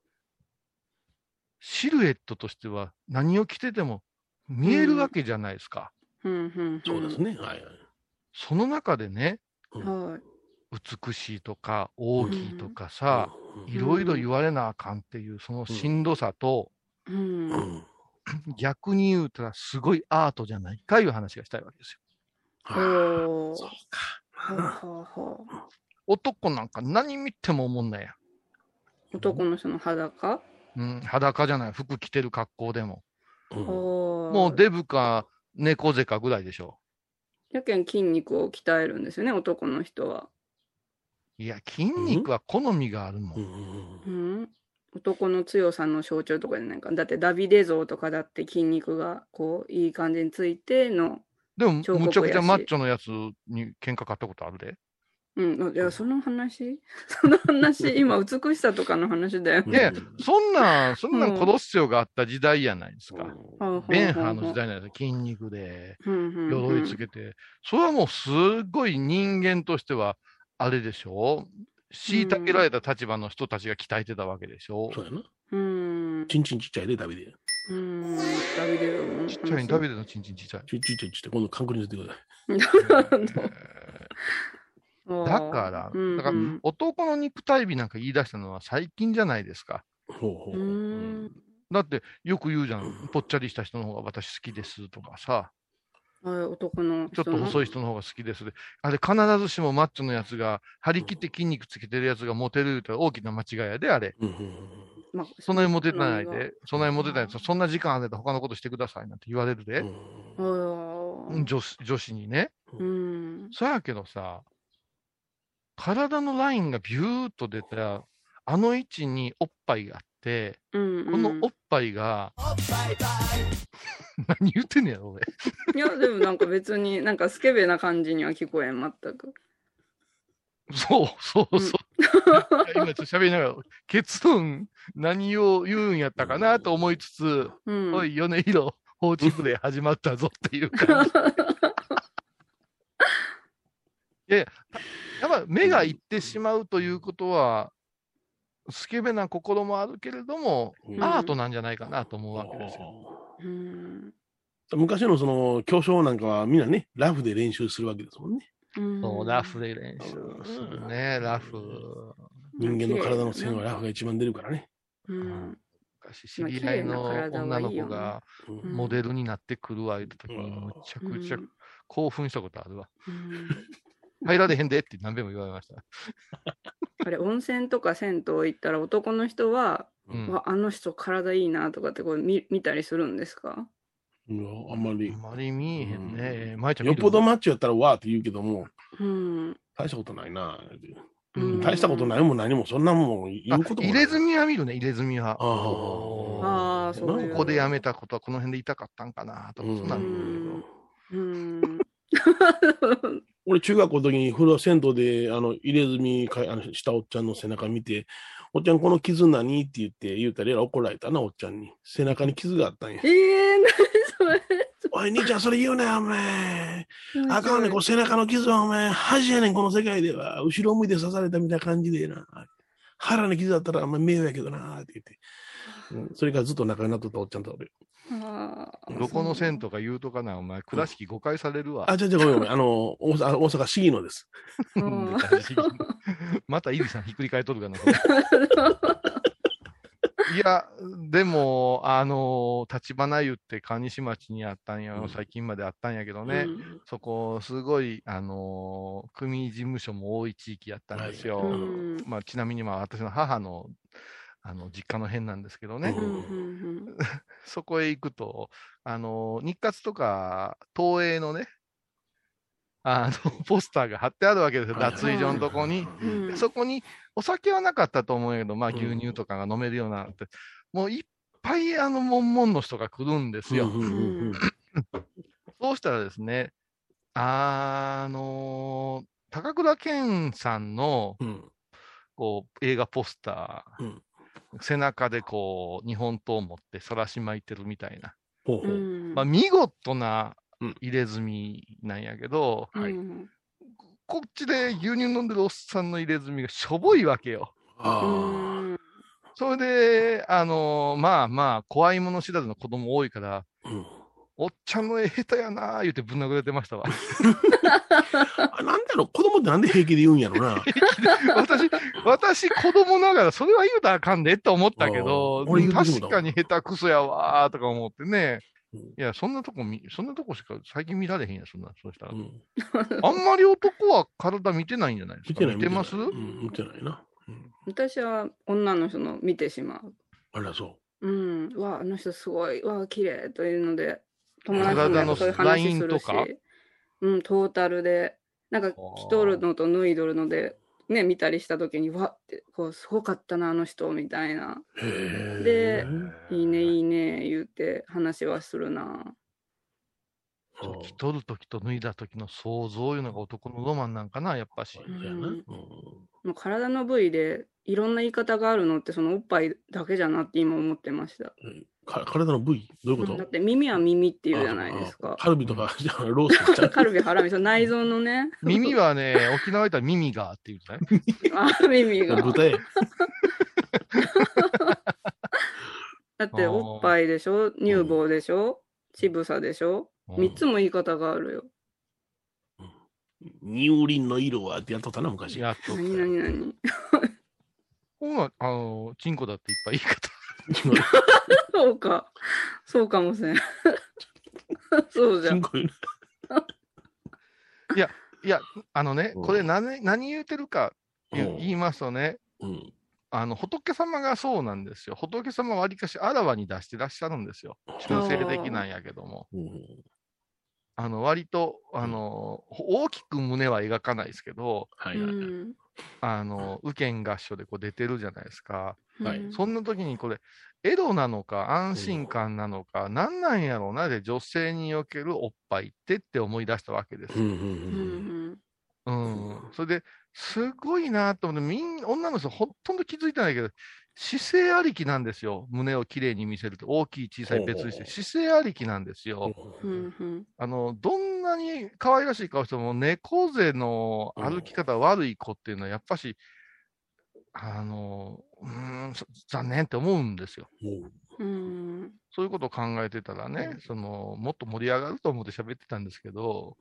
シルエットとしては何を着てても見えるわけじゃないですか。 そうですね。 その中でね、美しいとか大きいとかさ、いろいろ言われなあかんっていうそのしんどさと、逆に言うたらすごいアートじゃないかいう話がしたいわけですよ。そうか。男なんか何見ても思んないや。 男の人の裸？ 裸じゃない、服着てる格好でも。もうデブか猫背かぐらいでしょ。 やけん筋肉を鍛えるんですよね、男の人は。 いや、筋肉は好みがあるもん。 男の強さの象徴とかじゃないか。だってダビデ像とかだって筋肉がこういい感じについての。 でも、むちゃくちゃマッチョのやつに喧嘩買ったことあるで。 いや、その話今、美しさとかの話だよね。 いや、そんなん殺す必要があった時代やないですか。ベンハーの時代なんですよ。筋肉で、鎧つけて。それはもうすごい人間としては、あれでしょ？虐げられた立場の人たちが鍛えてたわけでしょ？ そうやな。ちんちんちっちゃいで、ダビデ。 ダビデの。 ちっちゃい、ダビデのちんちんちっちゃい。 ちっちゃい、今度カンクリにしてください。 だから男の肉体美なんか言い出したのは最近じゃないですか。だってよく言うじゃん。ぽっちゃりした人の方が私好きですとかさ。 男のちょっと細い人の方が好きですで。あれ必ずしもマッチョのやつが、張り切って筋肉つけてるやつがモテるって大きな間違いやで、あれ。そんなにモテないで。そんなにモテないで。そんな時間あれば他のことしてくださいなんて言われるで。女子にね。そやけどさ、体のラインがビューッと出たあの位置におっぱいがあって、このおっぱいが何言ってんねやろ俺。 いやでもなんか別になんかスケベな感じには聞こえん、全く。 そう、今ちょっと喋りながら結論何を言うんやったかなと思いつつ、おい米広放置プレイ始まったぞっていう感じ。やっぱ目がいってしまうということは、スケベな心もあるけれども、アートなんじゃないかなと思うわけですよ。 昔のその巨匠なんかはみんなね、ラフで練習するわけですもんね。 そう、ラフで練習するね、ラフ。 人間の体の線はラフが一番出るからね。 昔知り合いの女の子がモデルになってくるわ言った時にむちゃくちゃ興奮したことあるわ。入られへんでって何べも言われました。 あれ温泉とか銭湯行ったら男の人は、あの人体いいなとかってこう見たりするんですか？ あんまり見えへんね。 よっぽどマッチやったらわーって言うけども、大したことないな。大したことないも何もそんなもん言うこともない。 入れ墨は見るね、入れ墨は。 そういう。 ここでやめたことはこの辺で痛かったんかなとか、そんなん見るけど。 俺、中学校の時に風呂銭湯で入れ墨したおっちゃんの背中見て、おっちゃんこの傷何って言ったら怒られたな、おっちゃんに。背中に傷があったんや。 何それ。 おい、兄ちゃんそれ言うなよ、お前。あかんねん、背中の傷はお前、恥やねん、この世界では。後ろ向いて刺されたみたいな感じでな。腹に傷だったらあんま名誉やけどな、って言って。それからずっと仲になっとったおっちゃんと俺。 どこの線とか言うとかな、お前、倉敷誤解されるわ。 ごめん。大阪市議のです。 またイリさんひっくり返っとるかな。いや、でも、立花湯って蟹市町にあったんや、最近まであったんやけどね、そこ、すごい、組事務所も多い地域やったんですよ。ちなみに、私の母の実家の辺なんですけどね。そこへ行くと、日活とか、東映のね、ポスターが貼ってあるわけですよ、脱衣所のとこに。そこに、お酒はなかったと思うけど、まあ、牛乳とかが飲めるようなって、もういっぱい悶々の人が来るんですよ。そうしたらですね、高倉健さんの、こう、映画ポスター、背中でこう、日本刀を持ってさらし巻いてるみたいな。まあ、見事な入れ墨なんやけど、こっちで牛乳飲んでるおっさんの入れ墨がしょぼいわけよ。それで、まあまあ、怖いもの知らずの子供多いから、おっちゃんの絵下手やなー言うてぶん殴れてましたわ。 なんだろう、子供ってなんで平気で言うんやろな。 私、子供ながらそれは言うたらあかんでって思ったけど、確かに下手くそやわーとか思ってね。いや、そんなとこしか最近見られへんや、そうしたら。あんまり男は体見てないんじゃないですか。見てます？ 見てないな。 私は女の人の見てしまう。 あら、そう。 あの人すごい、綺麗というので、友達とそういう話するし、トータルで、なんか着とるのと脱いどるので、ね、見たりしたときに、ってこうすごかったな、あの人、みたいな。で、いいね、いいね、言うて話はするな。 着とるときと脱いだときの想像いうのが男のロマンなんかな、やっぱし。 もう体の部位でいろんな言い方があるのって、そのおっぱいだけじゃなって今思ってました。 体の部位どういうこと？ だって耳は耳っていうじゃないですか。 カルビとか、じゃあロースカルビ、ハラミ、その内臓のね。 耳はね、沖縄行ったら耳がって言うじゃない耳が。 豚や。 だっておっぱいでしょ、乳房でしょ、乳房でしょ、3つも言い方があるよ。 乳輪の色はってやっとったな、昔。 やっとった。 何チンコだっていっぱい言い方。 そうかもしれん。そうじゃん。 いや、これ何言うてるか言いますとね、仏様がそうなんですよ。仏様はわりかしあらわに出してらっしゃるんですよ。中性的なんやけども。割と、大きく胸は描かないですけど、右見合唱でこう出てるじゃないですか。そんな時にこれ、エロなのか安心感なのか、何なんやろうなで女性におけるおっぱいって思い出したわけです。それで、すごいなと思って、女の人ほとんど気づいてないけど、姿勢ありきなんですよ。胸をきれいに見せると、大きい小さい別にして、姿勢ありきなんですよ。どんなに可愛らしい顔しても、猫背の歩き方悪い子っていうのは、やっぱし、残念って思うんですよ。そういうことを考えてたらね、もっと盛り上がると思って喋ってたんですけど、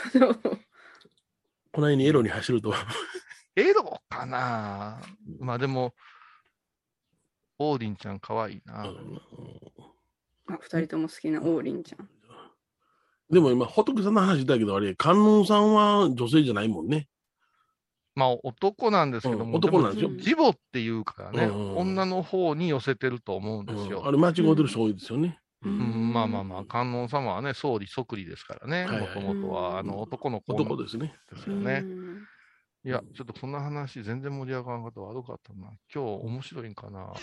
この辺にエロに走ると。 エロかな？まあでも、王林ちゃんかわいいな。 2人とも好きな王林ちゃん。 でも今、仏さんの話だけど、あれ、観音さんは女性じゃないもんね。 まあ男なんですけども、 男なんですよ。 ジボっていうからね、女の方に寄せてると思うんですよ。 あれ間違えてる人多いですよね。 まあ、観音様はね、総理即位ですからね、もともとは、男の子ですね。 ですよね。いや、ちょっとこんな話、全然盛り上がらなかった。悪かったな。今日、面白いんかな。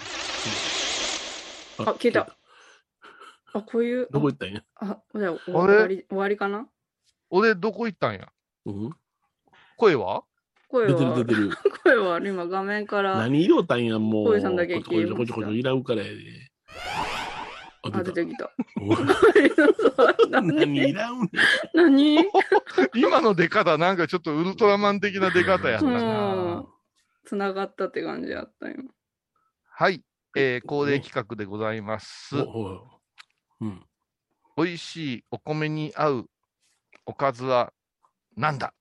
聞いた。こういう。 どこ行ったんや。 じゃあ、終わりかな。 俺、どこ行ったんや。声は出てる。 声は今、画面から。 何色たんや、もう。 声さんだけ聞いて。 こちょこちょいらうからやで。 出てきた。 何いらんねん。 何今の出方、なんかちょっとウルトラマン的な出方やったな。 つながったって感じやったよ。 はい。恒例企画でございます。美味しいお米に合うおかずは何だ？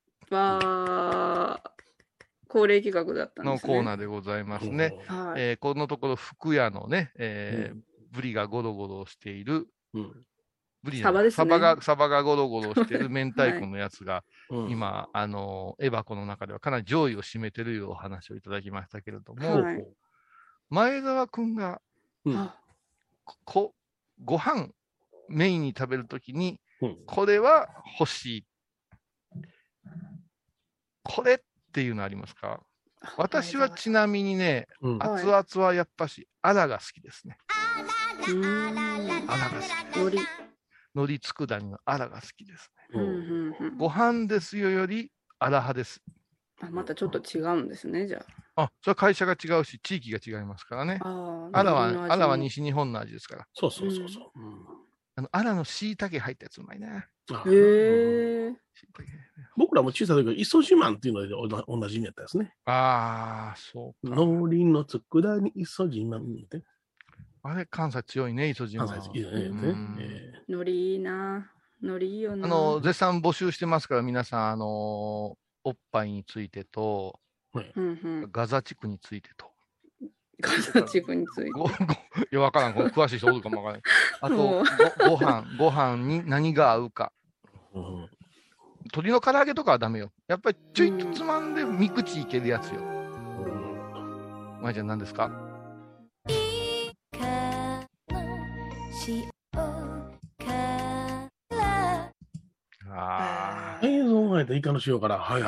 恒例企画だったんですね。 のコーナーでございますね。このところ、福屋のね、ブリがゴロゴロしている、 サバですね。 サバがゴロゴロしている明太子のやつが、今、エバコの中ではかなり上位を占めているいうお話をいただきましたけれども、 前澤くんが、ご飯メインに食べるときに、これは欲しい。これっていうのありますか？私はちなみにね、熱々はやっぱし、アラが好きですね。アラが好き。海苔佃煮のアラが好きですね。ご飯ですよよりアラ派です。 またちょっと違うんですね、じゃあ。 それは会社が違うし、地域が違いますからね。アラは西日本の味ですから。 そう。 アラの椎茸入ったやつうまいね。 へえ。 僕らも小さい時は磯自慢っていうので同じ意味やったですね。 そうか。 海苔の佃煮磯自慢って。 あれ、関西強いね、磯自慢。 関西好きだね。 海苔いいな。海苔いいよな。 絶賛募集してますから、皆さん、おっぱいについてと、ガザ地区についてと。 ガザ地区について。 いや、わからん。詳しい人おるかもわからない。あと、ご飯に何が合うか。鶏の唐揚げとかはダメよ。やっぱりちょいとつまんで3口いけるやつよ。まいちゃん何ですか？ 映像が入ったイカの塩辛。はい。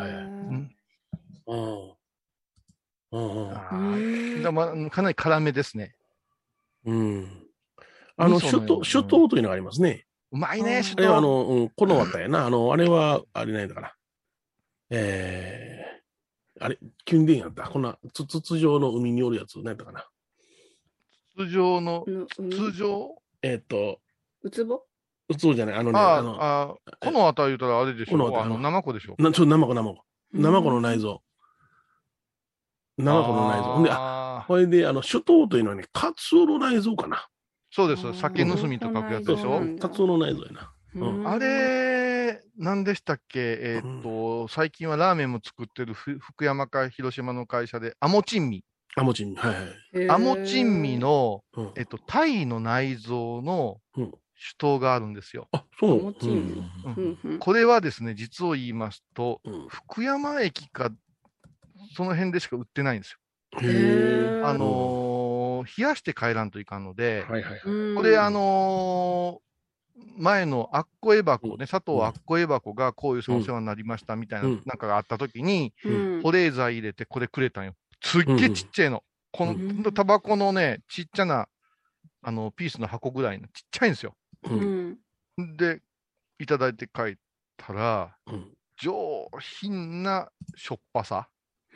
かなり辛めですね。 酒盗というのがありますね。 うまいね、 酒盗。あれはこのわったやな。あれは、あれないだから。あれ、キュンデンやった。こんな、筒状の海におるやつ、何やったかな。 筒状の、筒状ウツボウツボじゃない、このあたり言うたらあれでしょ。ナマコでしょ。 ナマコの内臓。ほんで、これで、酒盗というのはね、カツオの内臓かな。 そうです。酒盗みと書くやつでしょ。 カツオの内臓やな。 あれ、何でしたっけ？最近はラーメンも作ってる福山か広島の会社で、アモチンミ。 アモチンミ、はい。 アモチンミの、タイの内臓の酒盗があるんですよ。 そう。 これはですね、実を言いますと、福山駅か、その辺でしか売ってないんですよ。冷やして帰らんといかんので、これ前のアッコエバコね、佐藤アッコエバコがこういうお世話になりましたみたいな、なんかがあった時に、保冷剤入れてこれくれたんよ。すっげえちっちゃいの。このタバコのね、ちっちゃな、ピースの箱ぐらいのちっちゃいんですよ。で、いただいて帰ったら、上品なしょっぱさ。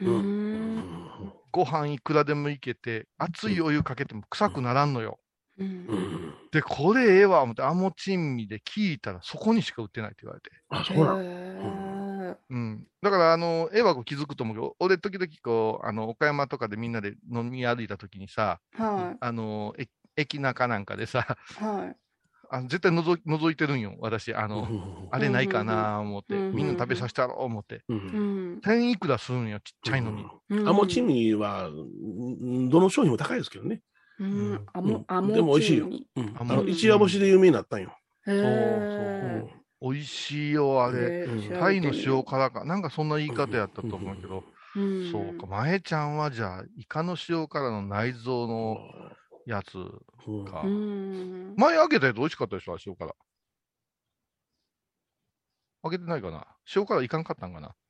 ご飯いくらでもいけて、熱いお湯かけても臭くならんのよ。で、これええわ、思って、アモチンミで聞いたら、そこにしか売ってないって言われて。 そうなの？ だから、エバコ気づくと思うけど、俺、時々こう、岡山とかでみんなで飲み歩いた時にさ、駅中なんかでさ、絶対覗いてるんよ、私。あれないかな思って、みんな食べさせたろ思って。1000いくらするんよ、ちっちゃいのに。 アモチンミは、どの商品も高いですけどね。でも美味しいよ。一夜干しで有名になったんよ。 そう。美味しいよ、あれ。タイの塩辛か。なんかそんな言い方やったと思うけど。そうか。まえちゃんはじゃあ、イカの塩辛の内臓のやつか。前揚げたやつ美味しかったでしょ、塩辛。揚げてないかな。塩辛いかんかったんかな。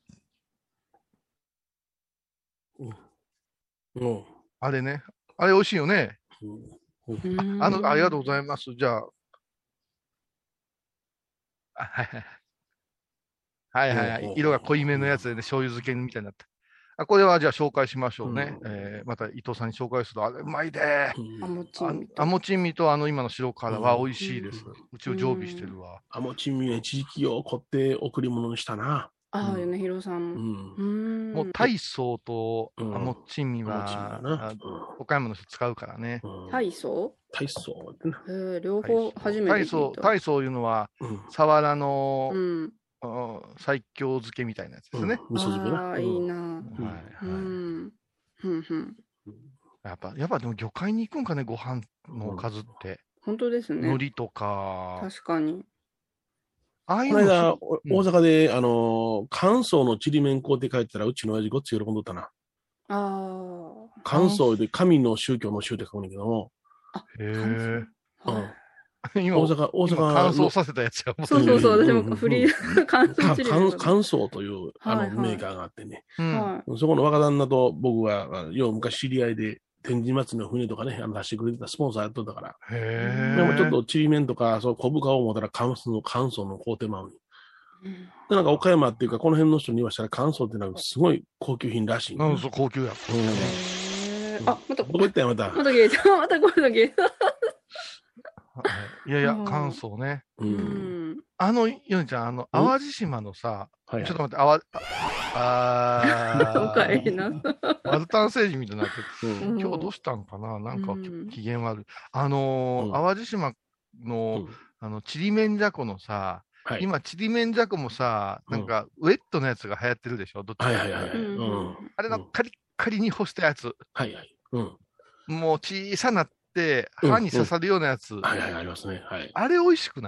あれね。あれ美味しいよね。ありがとうございます。じゃあ。はい。色が濃いめのやつでね、醤油漬けみたいになった。これはじゃあ紹介しましょうね。また伊藤さんに紹介すると、あれうまいで。アモチンミと今の白辛は美味しいです。うちを常備してるわ。 アモチンミは一時期よ、凝って贈り物にしたな。 米広さんも。 もう大層とアモチンミは岡山の人使うからね。 大層両方初めて聞いた。 大層いうのはサワラの西京漬けみたいなやつですね。 味噌漬けな。 いいな。 やっぱでも魚介に行くんかね、ご飯のおかずって。 本当ですね。 海苔とか。 確かに。 この間、大阪で、乾燥のちりめん買うて帰ったら、うちの親父ごっつ喜んどったな。 関西で神の宗教の宗って書くんだけども。 へえ。 今大阪乾燥させたやつや。 そう、私もフリー乾燥チリ。 乾燥というメーカーがあってね。そこの若旦那と僕は、よう昔知り合いで、天神祭の船とかね、出してくれてたスポンサーやっとったから。でもちょっとちりめんとか、そう、小深を思ったら乾燥の工程もある。で、なんか岡山っていうか、この辺の人に言わしたら乾燥ってなんかすごい高級品らしい。 そう、高級や。 あ、また、 どこ行ったよ、また。 また消えた。またこれだけ。 いやいや、乾燥ね。ヨネちゃん、淡路島のさ、ちょっと待って、 おかえりな。 マルタン星人みたいになって今日どうしたんかな、なんか機嫌悪い。淡路島の、ちりめんじゃこのさ、今、ちりめんじゃこもさ、なんか、ウェットのやつが流行ってるでしょ、どっちか。あれのカリッカリに干したやつ。もう小さなって、歯に刺さるようなやつ。 ありますね。 あれ美味しくない？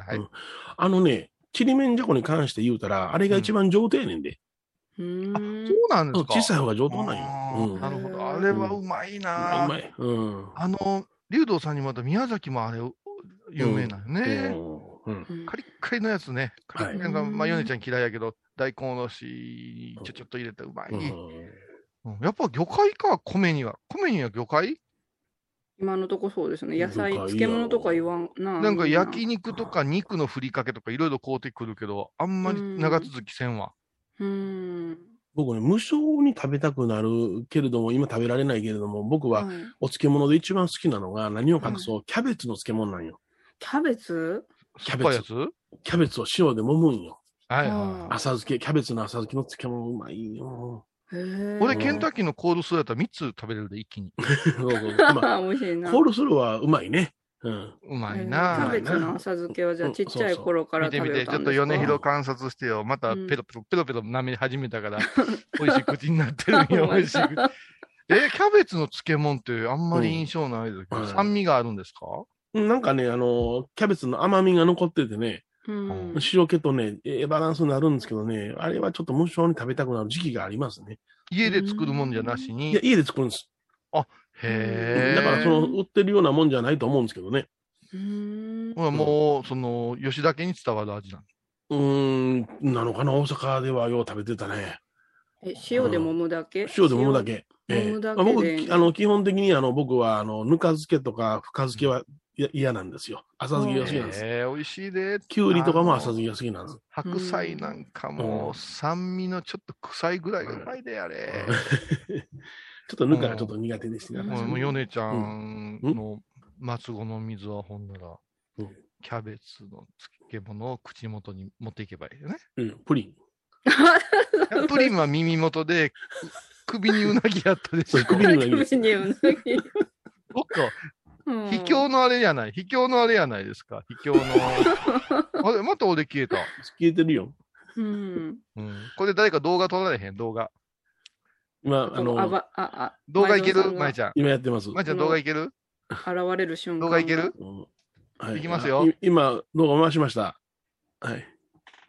ちりめんじゃこに関して言うたら、あれが一番上等やねんで。 そうなんですか？ 小さい方が上等なんよ。 なるほど。あれはうまいな。 うまい。 竜道さんにまた宮崎もあれ、有名なのね。カリッカリのやつね。なんか、まあ、ヨネちゃん嫌いやけど、大根おろし、ちょっと入れてうまい。やっぱ魚介か、米には魚介？ 今のとこそうですね。野菜、漬物とか言わんな。 なんか焼肉とか肉のふりかけとかいろいろ買うてくるけど、あんまり長続きせんわ。 僕ね、無性に食べたくなるけれども、今食べられないけれども、僕はお漬物で一番好きなのが、何を隠そう、キャベツの漬物なんよ。 キャベツ？ キャベツを塩で揉むんよ。浅漬け、キャベツの浅漬けの漬物うまいよ。 俺、ケンタッキーのコールスローやったら3つ食べれるで、一気に。 美味しいな。 コールスローはうまいね。 うまいな。 キャベツの浅漬けはじゃあちっちゃい頃から食べたんですか？ 見てみて、ちょっと米広観察してよ。またペロペロ舐め始めたから、美味しい口になってるんよ、美味しい口。キャベツの漬物ってあんまり印象ないですけど、酸味があるんですか？ なんかね、キャベツの甘みが残っててね、塩気とね、バランスになるんですけどね、あれはちょっと無性に食べたくなる時期がありますね。 家で作るもんじゃなしに？ いや、家で作るんです。だから、売ってるようなもんじゃないと思うんですけどね。 もう、吉田家に伝わる味なの？なのかな、大阪ではよう食べてたね。 塩で揉むだけ？ 塩で揉むだけ。僕、基本的に僕は、ぬか漬けとか深漬けは嫌なんですよ。浅漬けが好きなんです。 美味しいで。 きゅうりとかも浅漬けが好きなんです。 白菜なんかも酸味のちょっと臭いぐらいがうまいで、あれ。 ちょっとぬかがちょっと苦手でした。 もう、ヨネちゃんの松子の水はほんなら、キャベツの漬物を口元に持っていけばいいよね。 プリン。 プリンは耳元で、首にうなぎやったでしょ。 首にうなぎ。 そっか。秘境のあれやないですか。秘境の。あれ、また俺消えた。 消えてるよ。 これ誰か動画撮られへん？動画。 今、 動画いける？まいちゃん。 今やってます。 まいちゃん動画いける？ 現れる瞬間。 動画いける？いきますよ。 今、動画回しました。はい。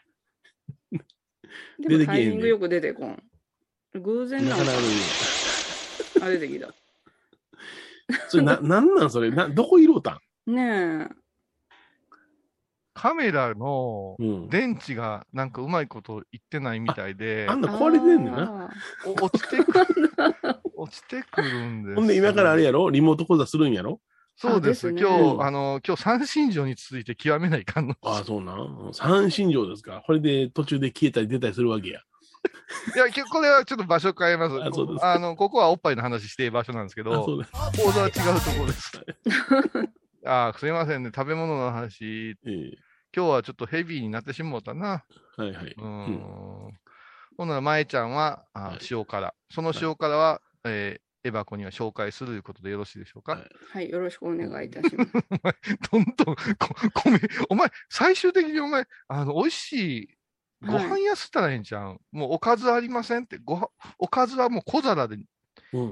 でもタイミングよく出てこん。偶然なんか。出てきた。 それなんなんそれどこ色うたんねえ。 カメラの電池がなんかうまいこと言ってないみたいで。 あんな壊れてんねんな。 落ちてくるんです。 ほんで今からあれやろ？リモート講座するんやろ？ そうです。今日三神城に続いて極めないかんの。 そうなん。三神城ですか。これで途中で消えたり出たりするわけや。 いや、これはちょっと場所変えます。ここはおっぱいの話している場所なんですけど、講座は違うところです。すいませんね。食べ物の話、今日はちょっとヘビーになってしもうたな。ほんなら、まえちゃんは塩辛。その塩辛は、エバコには紹介するということでよろしいでしょうか？ はい、よろしくお願いいたします。 どんどんお前、最終的にお前、美味しいご飯やすったらええんちゃう？もうおかずありませんって、おかずはもう小皿で。 も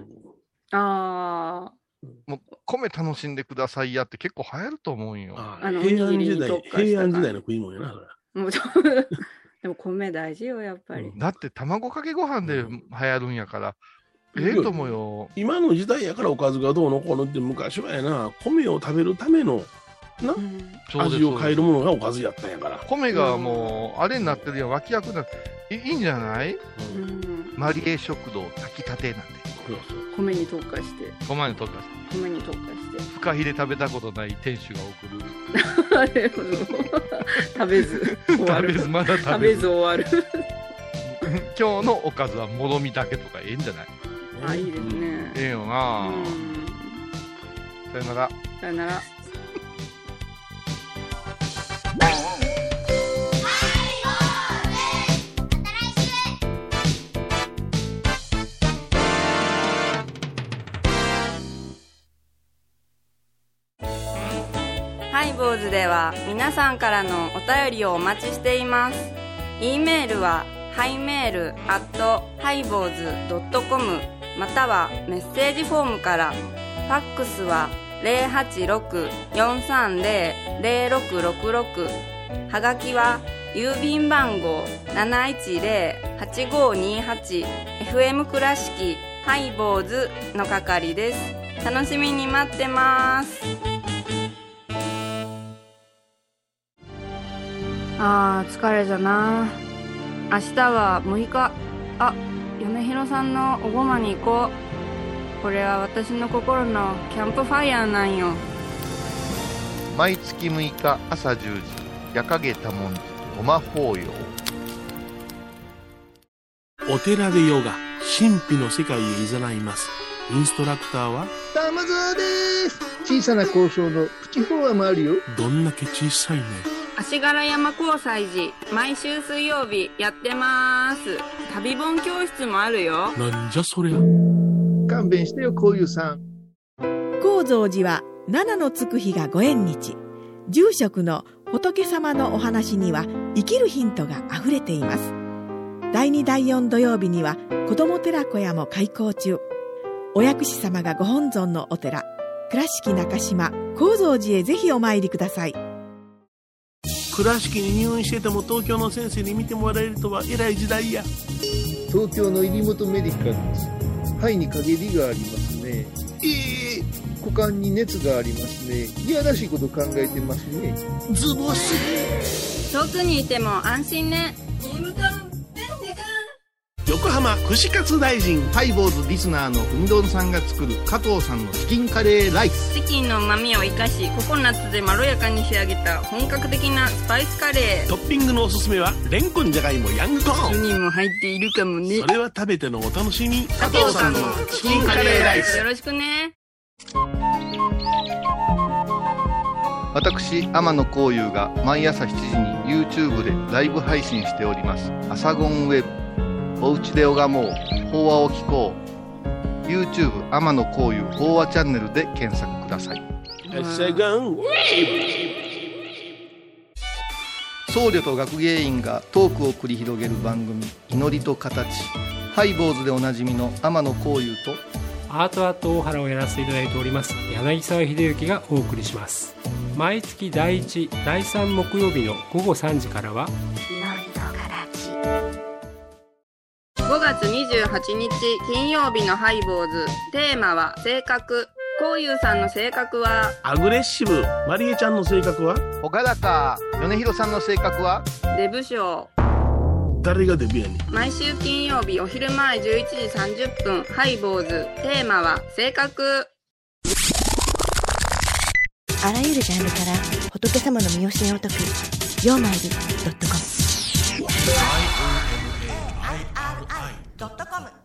う米楽しんでくださいやって結構流行ると思うんよ。 平安時代の食い物やな、それ。 でも米大事よ、やっぱり。 だって卵かけご飯で流行るんやから、 と思うよ。 今の時代やからおかずがどうのこうのって、昔はやな、米を食べるための味を変えるものがおかずやったんやから。 米がもうあれになってるよ、脇役になって、いいんじゃない？マリエ食堂炊きたてなんで。 米に特化して。 米に特化して。フカヒレ食べたことない店主が送る。 食べずまだ食べず終わる。 今日のおかずはもろみだけとかいいんじゃない？ あ、いいですね。 ええよな。さよなら。 さよなら。ハイボーズでは皆さんからのお便りをお待ちしています。 E メールはハイメール@highboz.com またはメッセージフォームから。ファックスは 086-430-0666。はがきは郵便番号 710-8528 FM 倉敷ハイボーズの係です。楽しみに待ってます。疲れじゃな。明日は6日。米広さんのおごまに行こう。これは私の心のキャンプファイヤーなんよ。 毎月6日朝10時、夜影多文字ごま法要。 お寺でヨガ、神秘の世界へ誘います。インストラクターは玉沢です。小さな交渉のプチフォアもあるよ。 どんだけ小さいね。 足柄山交際時、毎週水曜日やってます。旅本教室もあるよ。 なんじゃそりゃ。 勘弁してよ、こういうさん。 高蔵寺は七のつく日がご縁日。住職の仏様のお話には生きるヒントがあふれています。第2第4土曜日には子ども寺小屋も開校中。お薬師様がご本尊のお寺、倉敷中島・高蔵寺へぜひお参りください。 倉敷に入院してても東京の先生に見てもらえるとは偉い時代や。 東京の入本メディカルです。肺に陰りがありますね。股間に熱がありますね。いやらしいこと考えてますね。 ズボス。 遠くにいても安心ね。 横浜串カツ大臣。 ハイボーズリスナーのうみどんさんが作る加藤さんのチキンカレーライス。 チキンの旨味を生かし、ココナッツでまろやかに仕上げた本格的なスパイスカレー。 トッピングのおすすめはレンコン、じゃがいも、ヤングコーン。 1人も入っているかもね。 それは食べてのお楽しみ。 加藤さんのチキンカレーライス、よろしくね。 私天野幸雄が毎朝7時に YouTube でライブ配信しております。アサゴンウェブ、おうちで拝もう、法話を聞こう。 YouTube 天野幸雄法話チャンネルで検索ください。僧侶と学芸員がトークを繰り広げる番組、祈りと形。ハイボーズでおなじみの天野幸雄とアート大原をやらせていただいております柳沢秀幸がお送りします。毎月第1、第3木曜日の午後3時からは 5月28日金曜日のハイボーズ。テーマは性格。こうゆうさんの性格はアグレッシブ。マリエちゃんの性格はほがらか。米広さんの性格はデブ症。 誰がデブやねん。 毎週金曜日お昼前11時30分ハイボーズ。テーマは性格。 あらゆるジャンルから仏様の身教えを解くようまいり .com